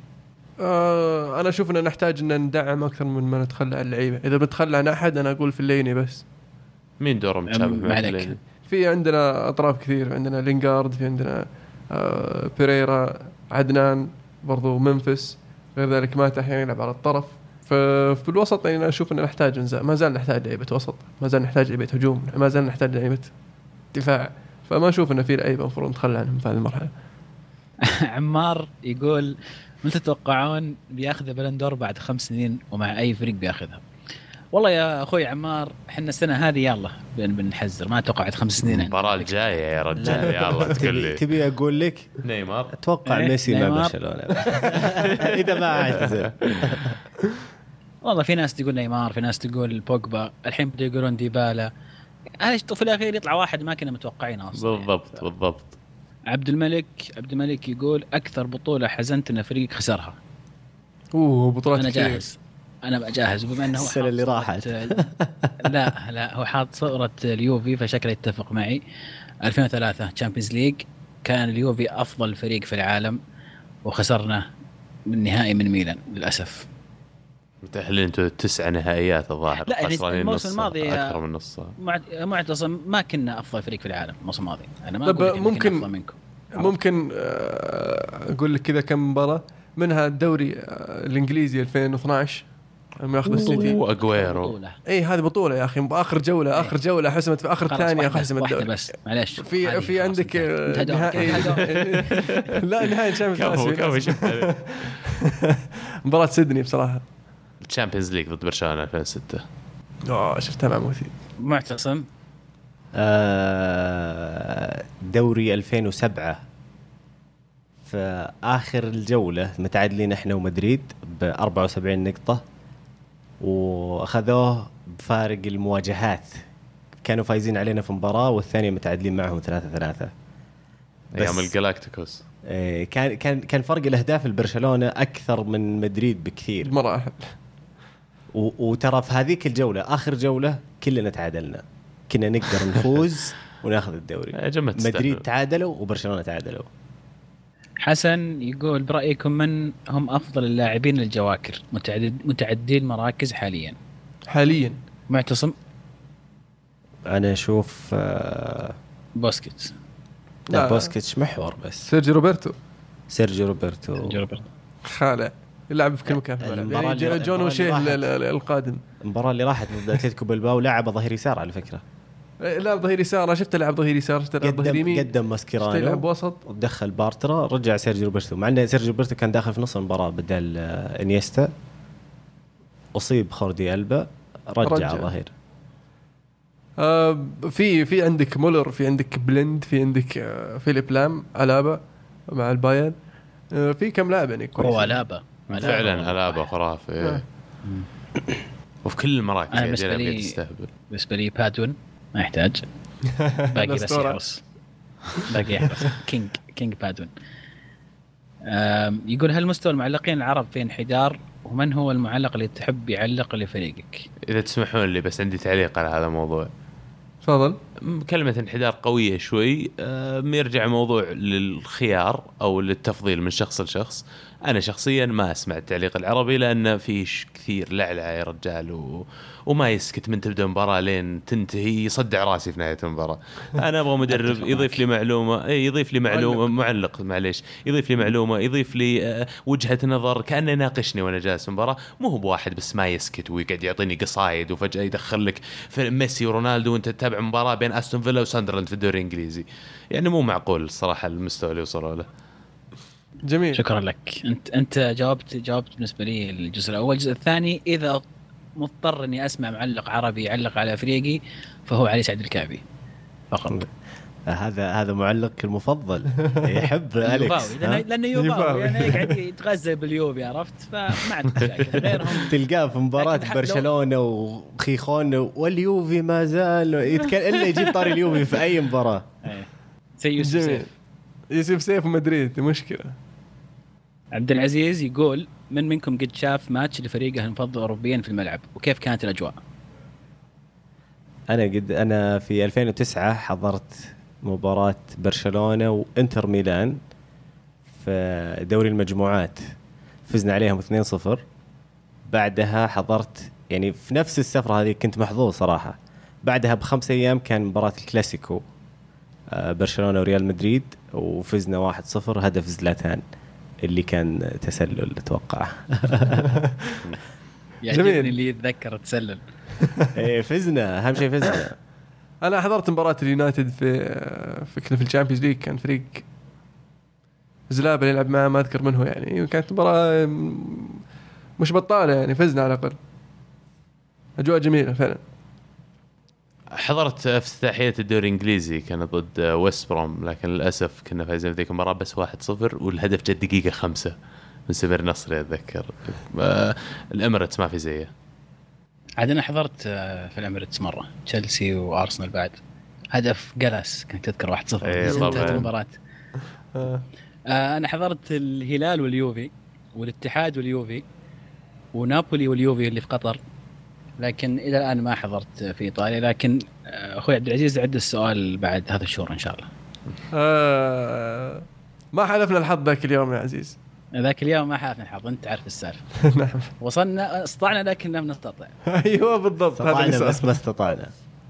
آه انا اشوف ان نحتاج ان ندعم اكثر من ما نتخلى عن اللعيبه. اذا بنتخلى عن احد انا اقول في الليني بس. مين دوره متشابه مع الليني؟ في عندنا اطراف كثير، عندنا لينغارد، في عندنا آه بيريرا، عدنان برضو، منفس، غير ذلك ما تحيان يلعب على الطرف. ففي الوسط يعني انا اشوف ان نحتاج نزا... ما زال نحتاج لعيبه وسط، ما زال نحتاج لعيبه هجوم، ما زال نحتاج لعيبه دفاع. فما اشوف ان في لعيبه المفروض نتخلى عنهم في هذه المرحله. عمار يقول متى تتوقعون بياخذ بلندور بعد خمس سنين ومع اي فريق بياخذها؟ والله يا اخوي عمار احنا السنه هذه يلا بنحذر، ما اتوقع بعد خمس سنين المباراه الجايه يا رجال. يلا تقول لي تبي اقول لك نيمار؟ اتوقع ميسي مع برشلونه اذا ما اعتزل. والله في ناس تقول نيمار، في ناس تقول بوجبا، الحين بدوا يقولون ديبالا. هذا في الاخير يطلع واحد ما كنا متوقعينه اصلا. بالضبط يعني. بالضبط. عبد الملك عبد الملك يقول اكثر بطوله حزنت ان فريق خسرها. اوه بطولات انا كثير. جاهز انا بجهز، وبما انه هو السنه اللي راحت لا لا هو حاط صورة اليوفي فشكله يتفق معي. ألفين وثلاثة تشامبيونز ليج كان اليوفي افضل فريق في العالم وخسرنا من نهائي من ميلان للاسف. متأهلين انتوا تسع نهائيات الظاهر، لا يعني خسرانين الموسم نص الماضي اكثر من نص. معتصم ما كنا افضل فريق في العالم الموسم الماضي. انا ما طب اقول ممكن افضل منكم. ممكن اقول لك كذا كم مباراه منها الدوري الانجليزي ألفين واثناشر لما ياخذ السيتي واغويرو. اي هذه بطوله يا اخي، باخر جوله اخر جوله حسمت في اخر ثانيه حسمت الدوري بس معليش. في في عندك نهائي لا نهائي الشامبيونز ليج مباراه سيدني بصراحه الشامبيونز ليج ضد برشلونه ألفين وستة. اه شفتها مع موثي. معتصم آه دوري ألفين وسبعة في آخر الجولة متعادلين احنا ومدريد بأربعة وسبعين نقطة وأخذوه بفارق المواجهات، كانوا فايزين علينا في مباراة والثانية متعادلين معهم ثلاثة ثلاثة أيام الجلاكتيكوس. آه كان كان كان فرق الأهداف البرشلونة أكثر من مدريد بكثير المراحل. وترى في هذيك الجولة آخر جولة كلنا تعادلنا، كنا نقدر نفوز وناخذ الدوري. مدريد تعادلوا وبرشلونة تعادلوا. حسن يقول برأيكم من هم أفضل اللاعبين الجواكر متعدد متعددين المراكز حاليا؟ حاليا معتصم. أنا أشوف آه بوسكيتس. لا, لا بوسكيتس محور بس. سيرجي روبرتو. سيرجي روبرتو. سيرجي روبرتو. خالع يلعب في كل مكان. يعني جون وشيه القادم. المباراة اللي راحت ضد أتلتيكو بلباو لعب ظهير يسار على فكرة. لا ظهير يسار، شفت لعب ظهير يسار، شفت لعب ظهير يمين، قدم ماسكيرانو لعب وسط ودخل بارترا، رجع سيرجيو روبرتو، مع ان سيرجيو روبرتو كان داخل في نص المباراة بدل انيستا، اصيب خوردي ألبا، رجع, رجع. ظهير. آه في في عندك مولر، في عندك بلند، في عندك آه فيليب لام، ألابا مع البايرن، آه في كم لاعب يعني كويس. هو ألابا فعلا ألابا خرافي. آه. وفي كل المراكز يعني قاعد يستهبل. بالنسبة لي بادون ما يحتاج، باقي بس يحرص، باقي يحرص. كينج كينج بادون. يقول هل مستوى المعلقين العرب في انحدار، ومن هو المعلق اللي تحب يعلق لفريقك؟ إذا تسمحون لي بس عندي تعليق على هذا الموضوع. تفضل. كلمة انحدار قوية شوي، يرجع موضوع للخيار أو للتفضيل من شخص لشخص. أنا شخصيا ما أسمع التعليق العربي لأن فيش كثير لعلعة يا رجال و... وما يسكت من تبدأ مباراة لين تنتهي، يصدع راسي في نهاية المباراة. أنا أبغى مدرب يضيف لي معلومة، يضيف لي معلومة معلق معليش يضيف لي معلومة، يضيف لي وجهة نظر، كأنه يناقشني وأنا جالس مباراة، مو هو بواحد بس ما يسكت ويقعد يعطيني قصايد وفجأة يدخل لك في ميسي ورونالدو وأنت تتابع مباراة بين أستون فيلا وساندرلاند في الدوري الإنجليزي. يعني مو معقول الصراحة المستوى اللي وصلوا له. جميل، شكرا لك. انت انت جاوبت جاوبت بالنسبه لي الجزء الاول. الجزء الثاني اذا مضطر اني اسمع معلق عربي يعلق على فريقي فهو علي سعد الكعبي فقط. هذا هذا معلقك المفضل يحب أليكس لأنه لأنه يوفاوي يعني يقعد يتغذى باليوفي عرفت فما عندك مشاكل غيرهم. تلقاه في مباراة برشلونة وخيخون واليوفي ما زال يتكلم إلا يجيب طاري اليوفي في أي مباراة. زي يوسف سيف يوسف سيف مدريد مشكلة. عبد العزيز يقول من منكم قد شاف ماتش لفريقه المفضل أوروبيا في الملعب وكيف كانت الأجواء؟ أنا قد أنا في ألفين وتسعة حضرت مباراة برشلونة وإنتر ميلان في دوري المجموعات فزنا عليهم اثنين صفر. بعدها حضرت يعني في نفس السفرة هذه كنت محظوظ صراحة. بعدها بخمس أيام كان مباراة الكلاسيكو برشلونة وريال مدريد وفزنا واحد صفر هدف زلاتان اللي كان تسلل أتوقع. يعجبني اللي يتذكر تسلل. إيه فزنا أهم شيء فزنا. أنا حضرت مباراة اليونايتد في في في الشامبيونز ليج كان فريق زلابة يلعب معه ما أذكر منه يعني كانت مباراة مش بطالة يعني فزنا على الأقل. أجواء جميلة فعلا. حضرت افتتاحية الدوري الإنجليزي كانت ضد ويست بروم لكن للأسف كنا فايزين في ذيك المباراة بس واحد صفر والهدف جاء دقيقة خمسة من سمير نصري أتذكر. الإميريتس ما في زيه. عاد أنا حضرت في الإميريتس مرة تشيلسي وأرسنال بعد هدف جلس كنت تذكر واحد صفر انتهت المباراة. أنا حضرت الهلال واليوفي والاتحاد واليوفي ونابولي واليوفي اللي في قطر لكن إلى الآن ما حضرت في إيطاليا. لكن أخوي عبد العزيز عد السؤال بعد هذا الشهور إن شاء الله. آه ما حلفنا الحظ ذاك اليوم يا عزيز. ذاك اليوم ما حلفنا الحظ أنت عارف السالفة. نعم وصلنا استطعنا لكن لم نستطع. أيوة بالضبط استطعنا بس ما استطعنا.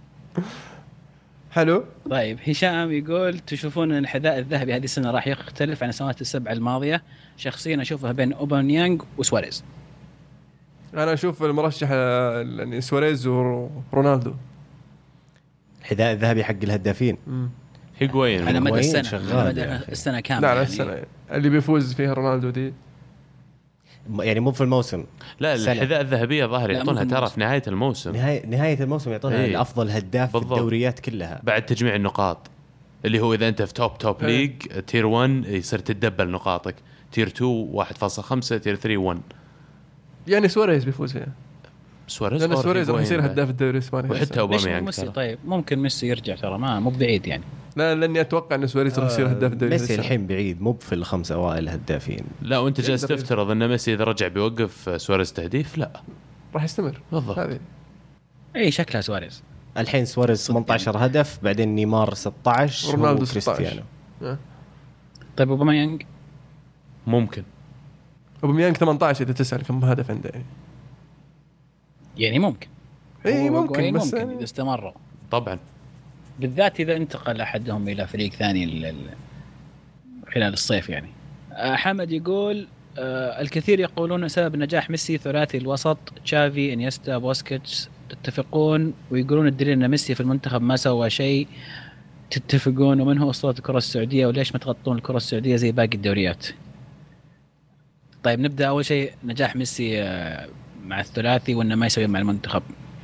حلو. طيب هشام يقول تشوفون أن الحذاء الذهبي هذه السنة راح يختلف عن السنوات السبع الماضية؟ شخصيا أشوفها بين أوباميانغ وسواريز. أنا أشوف المرشح يعني سواريز ورونالدو. الحذاء الذهبي حق الهدافين. هيغوين على مدى السنة شغال يعني. السنة كاملة لا يعني. السنة اللي بيفوز فيها رونالدو دي يعني مو في الموسم. لا الحذاء الذهبية ظاهر يعطونها ترى في نهاية الموسم. نهاية نهاية الموسم يعطونها ايه. الأفضل هداف بالضبط. في الدوريات كلها بعد تجميع النقاط اللي هو إذا أنت في توب توب ايه. ليج تير واحد يصير تتدبل نقاطك تير اثنين واحد فاصلة خمسة تير ثلاثة واحد. يعني سواريز بيفوز فيها. سواريز لأن سواريز راح يصير هداف الدوري الإسباني وحتى أوباميانغ. طيب ممكن ميسي يرجع ترى ما مو بعيد يعني. لا لاني اتوقع ان سواريز راح يصير هداف الدوري. ميسي الحين بعيد مو في الخمس اوائل الهدافين. لا وانت جالس تفترض ان ميسي اذا رجع بيوقف سواريز تهديف. لا راح يستمر بالضبط. هذه اي شكلها سواريز الحين سواريز ثمانية عشر هدف بعدين نيمار ستة عشر ورونالدو كريستيانو. أه. طيب أوباميانغ ممكن أوباميانغ ثمانية عشر اذا تسأل كم هدف عنده يعني. يعني ممكن اي ممكن بس ممكن يعني اذا استمروا طبعا بالذات إذا انتقل أحدهم إلى فريق ثاني خلال الصيف يعني. حمد يقول الكثير يقولون سبب نجاح ميسي ثلاثي الوسط تشافي انيستا بوسكيتس تتفقون ويقولون الدليل أن ميسي في المنتخب ما سوى شيء تتفقون ومن هو أسطورة الكرة السعودية وليش ما تغطون الكرة السعودية زي باقي الدوريات؟ طيب نبدأ أول شيء نجاح ميسي مع الثلاثي وأنه ما يسوي مع المنتخب.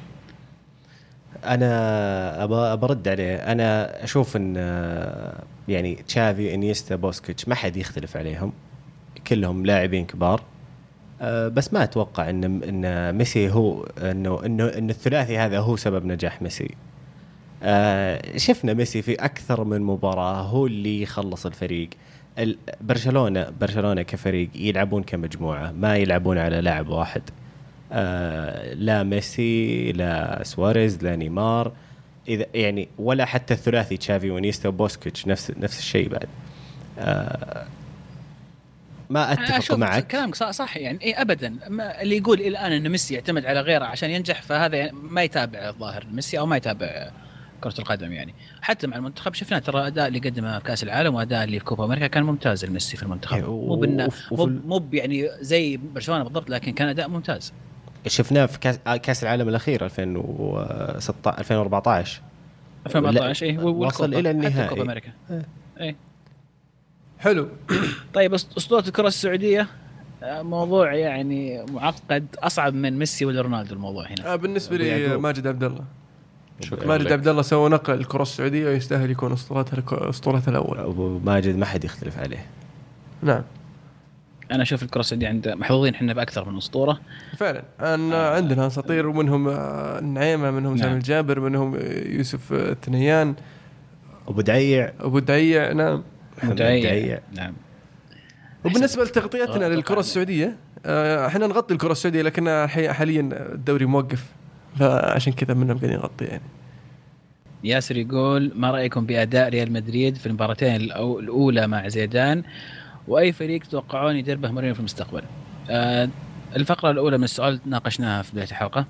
أنا أبى برد عليه. أنا أشوف إن يعني تشافي إنيستا بوسكيتش ما حد يختلف عليهم كلهم لاعبين كبار. بس ما أتوقع إن إن ميسي هو إنه إنه إن الثلاثي هذا هو سبب نجاح ميسي. شفنا ميسي في أكثر من مباراة هو اللي يخلص الفريق. برشلونة برشلونة كفريق يلعبون كمجموعة ما يلعبون على لاعب واحد. آه لا ميسي لا سواريز لا نيمار إذا يعني ولا حتى الثلاثي تشافي ونيستا وبوسكيتش نفس نفس الشيء بعد. آه ما أتفق معك كلامك صح يعني إيه أبدا. ما اللي يقول الآن إن ميسي يعتمد على غيره عشان ينجح فهذا يعني ما يتابع الظاهر ميسي أو ما يتابع كرة القدم يعني. حتى مع المنتخب شفنا ترى أداء اللي قدمه في كأس العالم وأداء اللي في كوبا أمريكا كان ممتاز الميسي في المنتخب. مو بالنا مو مو يعني زي برشلونة بالضبط لكن كان أداء ممتاز. شفناه في كاس كاس العالم الاخير ألفين وستة ألفين وأربعة عشر ألفين وأربعة عشر ايه وصل الى النهائي كوبا امريكا. ايه حلو. طيب اسطوره الكره السعوديه موضوع يعني معقد اصعب من ميسي ولا رونالدو الموضوع هنا. آه بالنسبه لي ماجد عبد الله ماجد عبد الله سوى نقل الكرة السعودية ويستاهل يكون أسطورتها أسطورتها الأول. أبو ماجد ما حد يختلف عليه. نعم. أنا أشوف الكرة السعودية عند محظوظين إحنا بأكثر من أسطورة. فعلا أن آه. عندنا أساطير ومنهم النعيمة منهم سامي نعم. الجابر منهم يوسف التنيان أبو دعيع أبو دعيع نعم أبو دعيع نعم. وبالنسبة لتغطيتنا للكرة السعودية احنا نغطي الكرة السعودية لكن حاليا الدوري موقف فعشان كذا منا قاعدين نغطي يعني. ياسر يقول ما رأيكم بأداء ريال مدريد في المباراتين الأولى مع زيدان وأي فريق تتوقعون يدربه مورينيو في المستقبل؟ آه الفقرة الأولى من السؤال ناقشناها في بداية الحلقة.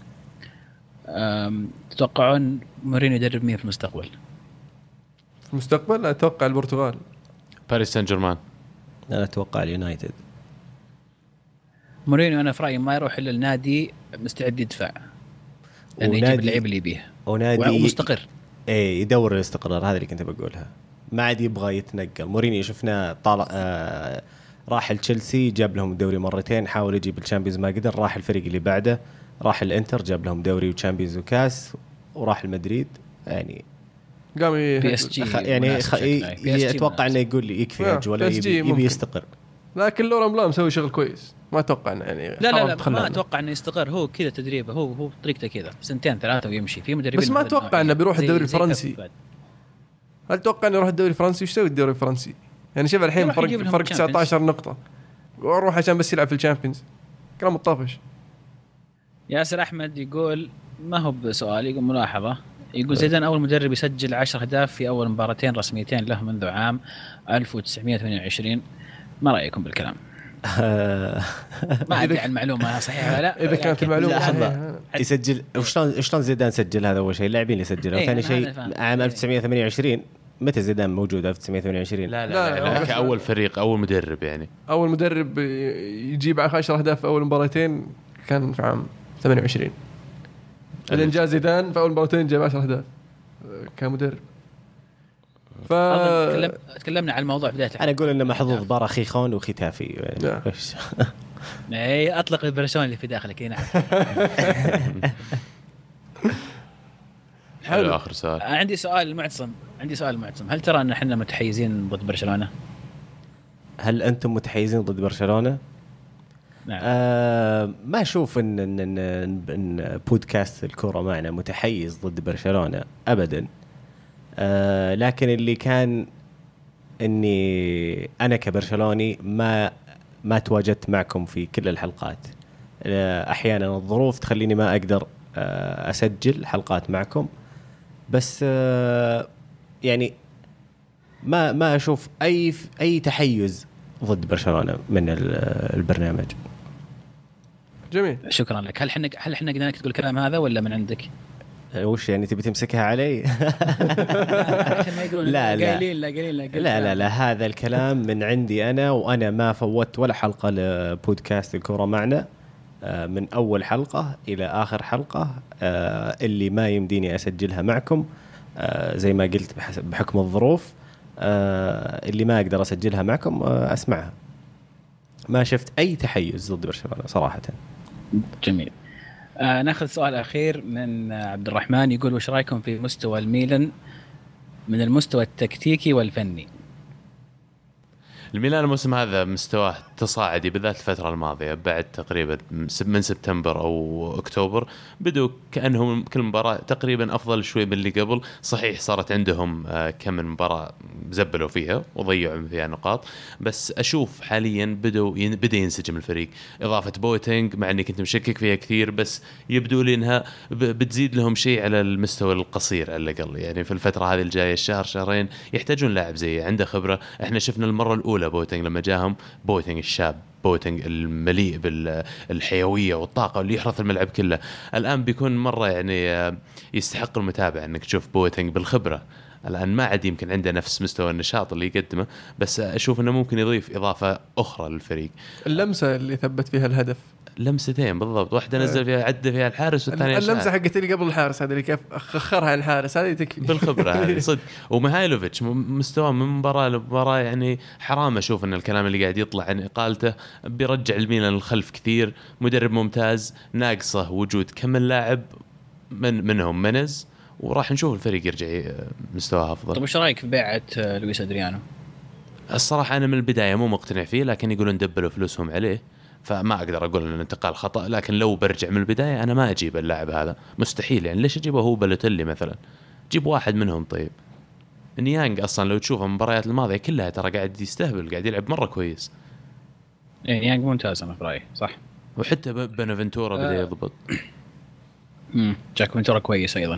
تتوقعون مورينيو يدرب مين في المستقبل؟ في المستقبل أتوقع البرتغال باريس سان جيرمان. أنا أتوقع اليونايتد. مورينيو أنا في رأيي ما يروح إلا النادي مستعد يدفع لأنه يجيب اللعيبة اللي يبيه ومستقر. إيه يدور الاستقرار هذا اللي كنت بقولها. ما عاد يبغى يتنقل. مورينيو شفنا طالع آه راح لتشيلسي جاب لهم الدوري مرتين حاول يجيب الشامبيونز ما قدر. راح الفريق اللي بعده راح الانتر جاب لهم دوري وشامبيونز وكاس وراح المدريد يعني قام بي اس جي يعني خ... يتوقع انه يقول لي يكفي ولا يبي, يبي يستقر. لكن لورا ملا مسوي شغل كويس ما اتوقع يعني لا لا, لا ما اتوقع انه يستقر. هو كذا تدريبه هو هو طريقته كذا سنتين ثلاثه ويمشي. في مدربين بس ما اتوقع انه بيروح الدوري الفرنسي. هل تتوقع انه يروح الدوري الفرنسي ويسوي الدوري الفرنسي يعني شوف الحين فرق فرق تسعة عشر نقطه ويروح عشان بس يلعب في الشامبيونز كلام مطافش. ياسر احمد يقول ما هو بسؤال يقول ملاحظه يقول زيدان أول مدرب يسجل عشر أهداف في أول مباراتين رسميتين له منذ عام ألف وتسعمائة وثمانية وعشرين. ما رأيكم بالكلام؟ ما أدري عن المعلومة صحيحة ولا لا. إذا كانت المعلومة صحيحة يسجل وشلون شلون زيدان سجل هذا أول شيء اللاعبين اللي سجلوا. ثاني شيء عام ألف وتسعمائة وثمانية وعشرين متى زيدان موجود ألف وتسعمائة وثمانية وعشرين؟ لا لا, لا, لا, لا كأول فريق أول مدرب يعني أول مدرب يجيب عشر أهداف في أول مباراتين كان في عام ثمانية وعشرين. الانجاز زيدان في اول مباراتين جاب عشر اهداف كمدرب. ف تكلمنا عن الموضوع بدايه انا اقول انه محظوظ بار اخي خون وختافي اي اطلق البرشلونه اللي في داخلك نعم. حلو. اخر سؤال عندي سؤال المعتصم عندي سؤال المعتصم هل ترى ان احنا متحيزين ضد برشلونه؟ هل انتم متحيزين ضد برشلونه؟ نعم. آه ما أشوف إن, إن, إن, إن بودكاست الكرة معنا متحيز ضد برشلونة أبدا. آه لكن اللي كان إني أنا كبرشلوني ما ما تواجدت معكم في كل الحلقات. آه أحيانا الظروف تخليني ما أقدر آه أسجل حلقات معكم بس آه يعني ما ما أشوف أي أي تحيز ضد برشلونة من البرنامج. جميل شكرا لك. هل احنا هل احنا قدرنا تقول الكلام هذا ولا من عندك؟ وش يعني تبي تمسكها علي؟ لا لا قايلين لا قايلين لا لا لا لا هذا الكلام من عندي أنا وأنا ما فوت ولا حلقة لبودكاست الكرة معنا من أول حلقة إلى آخر حلقة. اللي ما يمديني أسجلها معكم زي ما قلت بحكم الظروف اللي ما أقدر أسجلها معكم أسمعها. ما شفت أي تحيز ضد برشلونة صراحة. جميل. آه ناخذ سؤال أخير من عبد الرحمن يقول وش رأيكم في مستوى الميلان من المستوى التكتيكي والفني؟ الميلان الموسم هذا مستواه تصاعدي بالذات الفترة الماضية بعد تقريبا من سبتمبر أو أكتوبر بدوا كأنهم كل مباراة تقريبا أفضل شوي من اللي قبل. صحيح صارت عندهم كم من مباراة زبلوا فيها وضيعوا فيها نقاط بس أشوف حاليا بدوا بدأ ينسجم الفريق. إضافة بوتينغ مع أني كنت مشكك فيها كثير بس يبدو لي إنها بتزيد لهم شيء على المستوى القصير على الأقل يعني في الفترة هذه الجاية الشهر شهرين يحتاجون لاعب زي عنده خبرة. إحنا شفنا المرة الأولى بوتينغ لما جاهم بوتينغ الشاب بوتينغ المليء بالحيوية والطاقة اللي يحرث الملعب كله. الآن بيكون مرة يعني يستحق المتابعة أنك تشوف بوتينغ بالخبرة. الآن ما عاد يمكن عنده نفس مستوى النشاط اللي يقدمه بس أشوف أنه ممكن يضيف إضافة أخرى للفريق. اللمسة اللي ثبت فيها الهدف لمستين بالضبط واحدة نزل فيها عدى فيها الحارس والثانية اللمسة حقت اللي قبل الحارس هذا اللي كيف خخرها الحارس هذه تكفي بالخبرة هذه صدق. وميهايلوفيتش مستوى من مباراة لمباراة يعني حرام أشوف أن الكلام اللي قاعد يطلع عن إقالته بيرجع الميلان للخلف كثير. مدرب ممتاز ناقصه وجود كم اللاعب من منهم منز وراح نشوف الفريق يرجع مستواه افضل. طيب وش رايك في بيعه لويس ادريانو؟ الصراحه انا من البدايه مو مقتنع فيه، لكن يقولون دبلوا فلوسهم عليه فما اقدر اقول ان الانتقال خطا، لكن لو برجع من البدايه انا ما اجيب اللاعب هذا مستحيل. يعني ليش اجيبه هو بلوتيلي مثلا؟ جيب واحد منهم. طيب نيانج اصلا لو تشوف المباريات الماضيه كلها ترى قاعد يستهبل، قاعد يلعب مره كويس. يعني نيانج ممتاز انا في رايي صح. وحتى بنافنتورا أه بدا يضبط. امم جاك فنتورا كويس ايضا.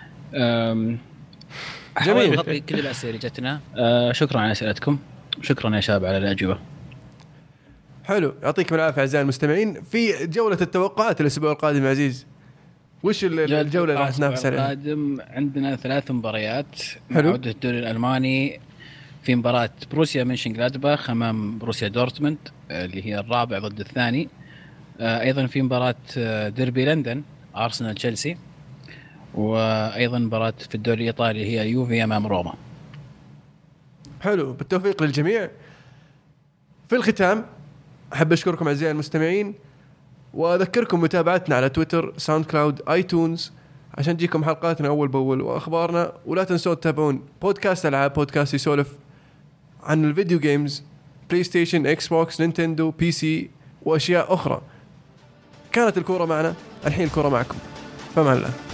جميل. نغطي كل الاسئله اللي جتنا. أه شكرا على اسئلتكم، شكرا يا شباب على الاجوبه. حلو، يعطيكم العافيه اعزائي المستمعين. في جوله التوقعات الاسبوع القادم عزيز، وش الجوله اللي راح تنافس عليها؟ القادم عندنا ثلاث مباريات مع عودة الدوري الالماني. في مباراه بروسيا منشنغلادباخ امام بروسيا دورتموند اللي هي الرابع ضد الثاني. ايضا في مباراه ديربي لندن ارسنال تشيلسي، وايضا مباراه في الدوري الايطالي هي يوفي امام روما. حلو، بالتوفيق للجميع. في الختام احب اشكركم اعزائي المستمعين، واذكركم متابعتنا على تويتر، ساوند كلاود، ايتونز عشان تجيكم حلقاتنا اول باول واخبارنا. ولا تنسوا تتابعون بودكاست العاب، بودكاست يسولف عن الفيديو جيمز، بلاي ستيشن، اكس بوكس، نينتندو، بي سي واشياء اخرى. كانت الكوره معنا، الحين الكوره معكم. فما الله.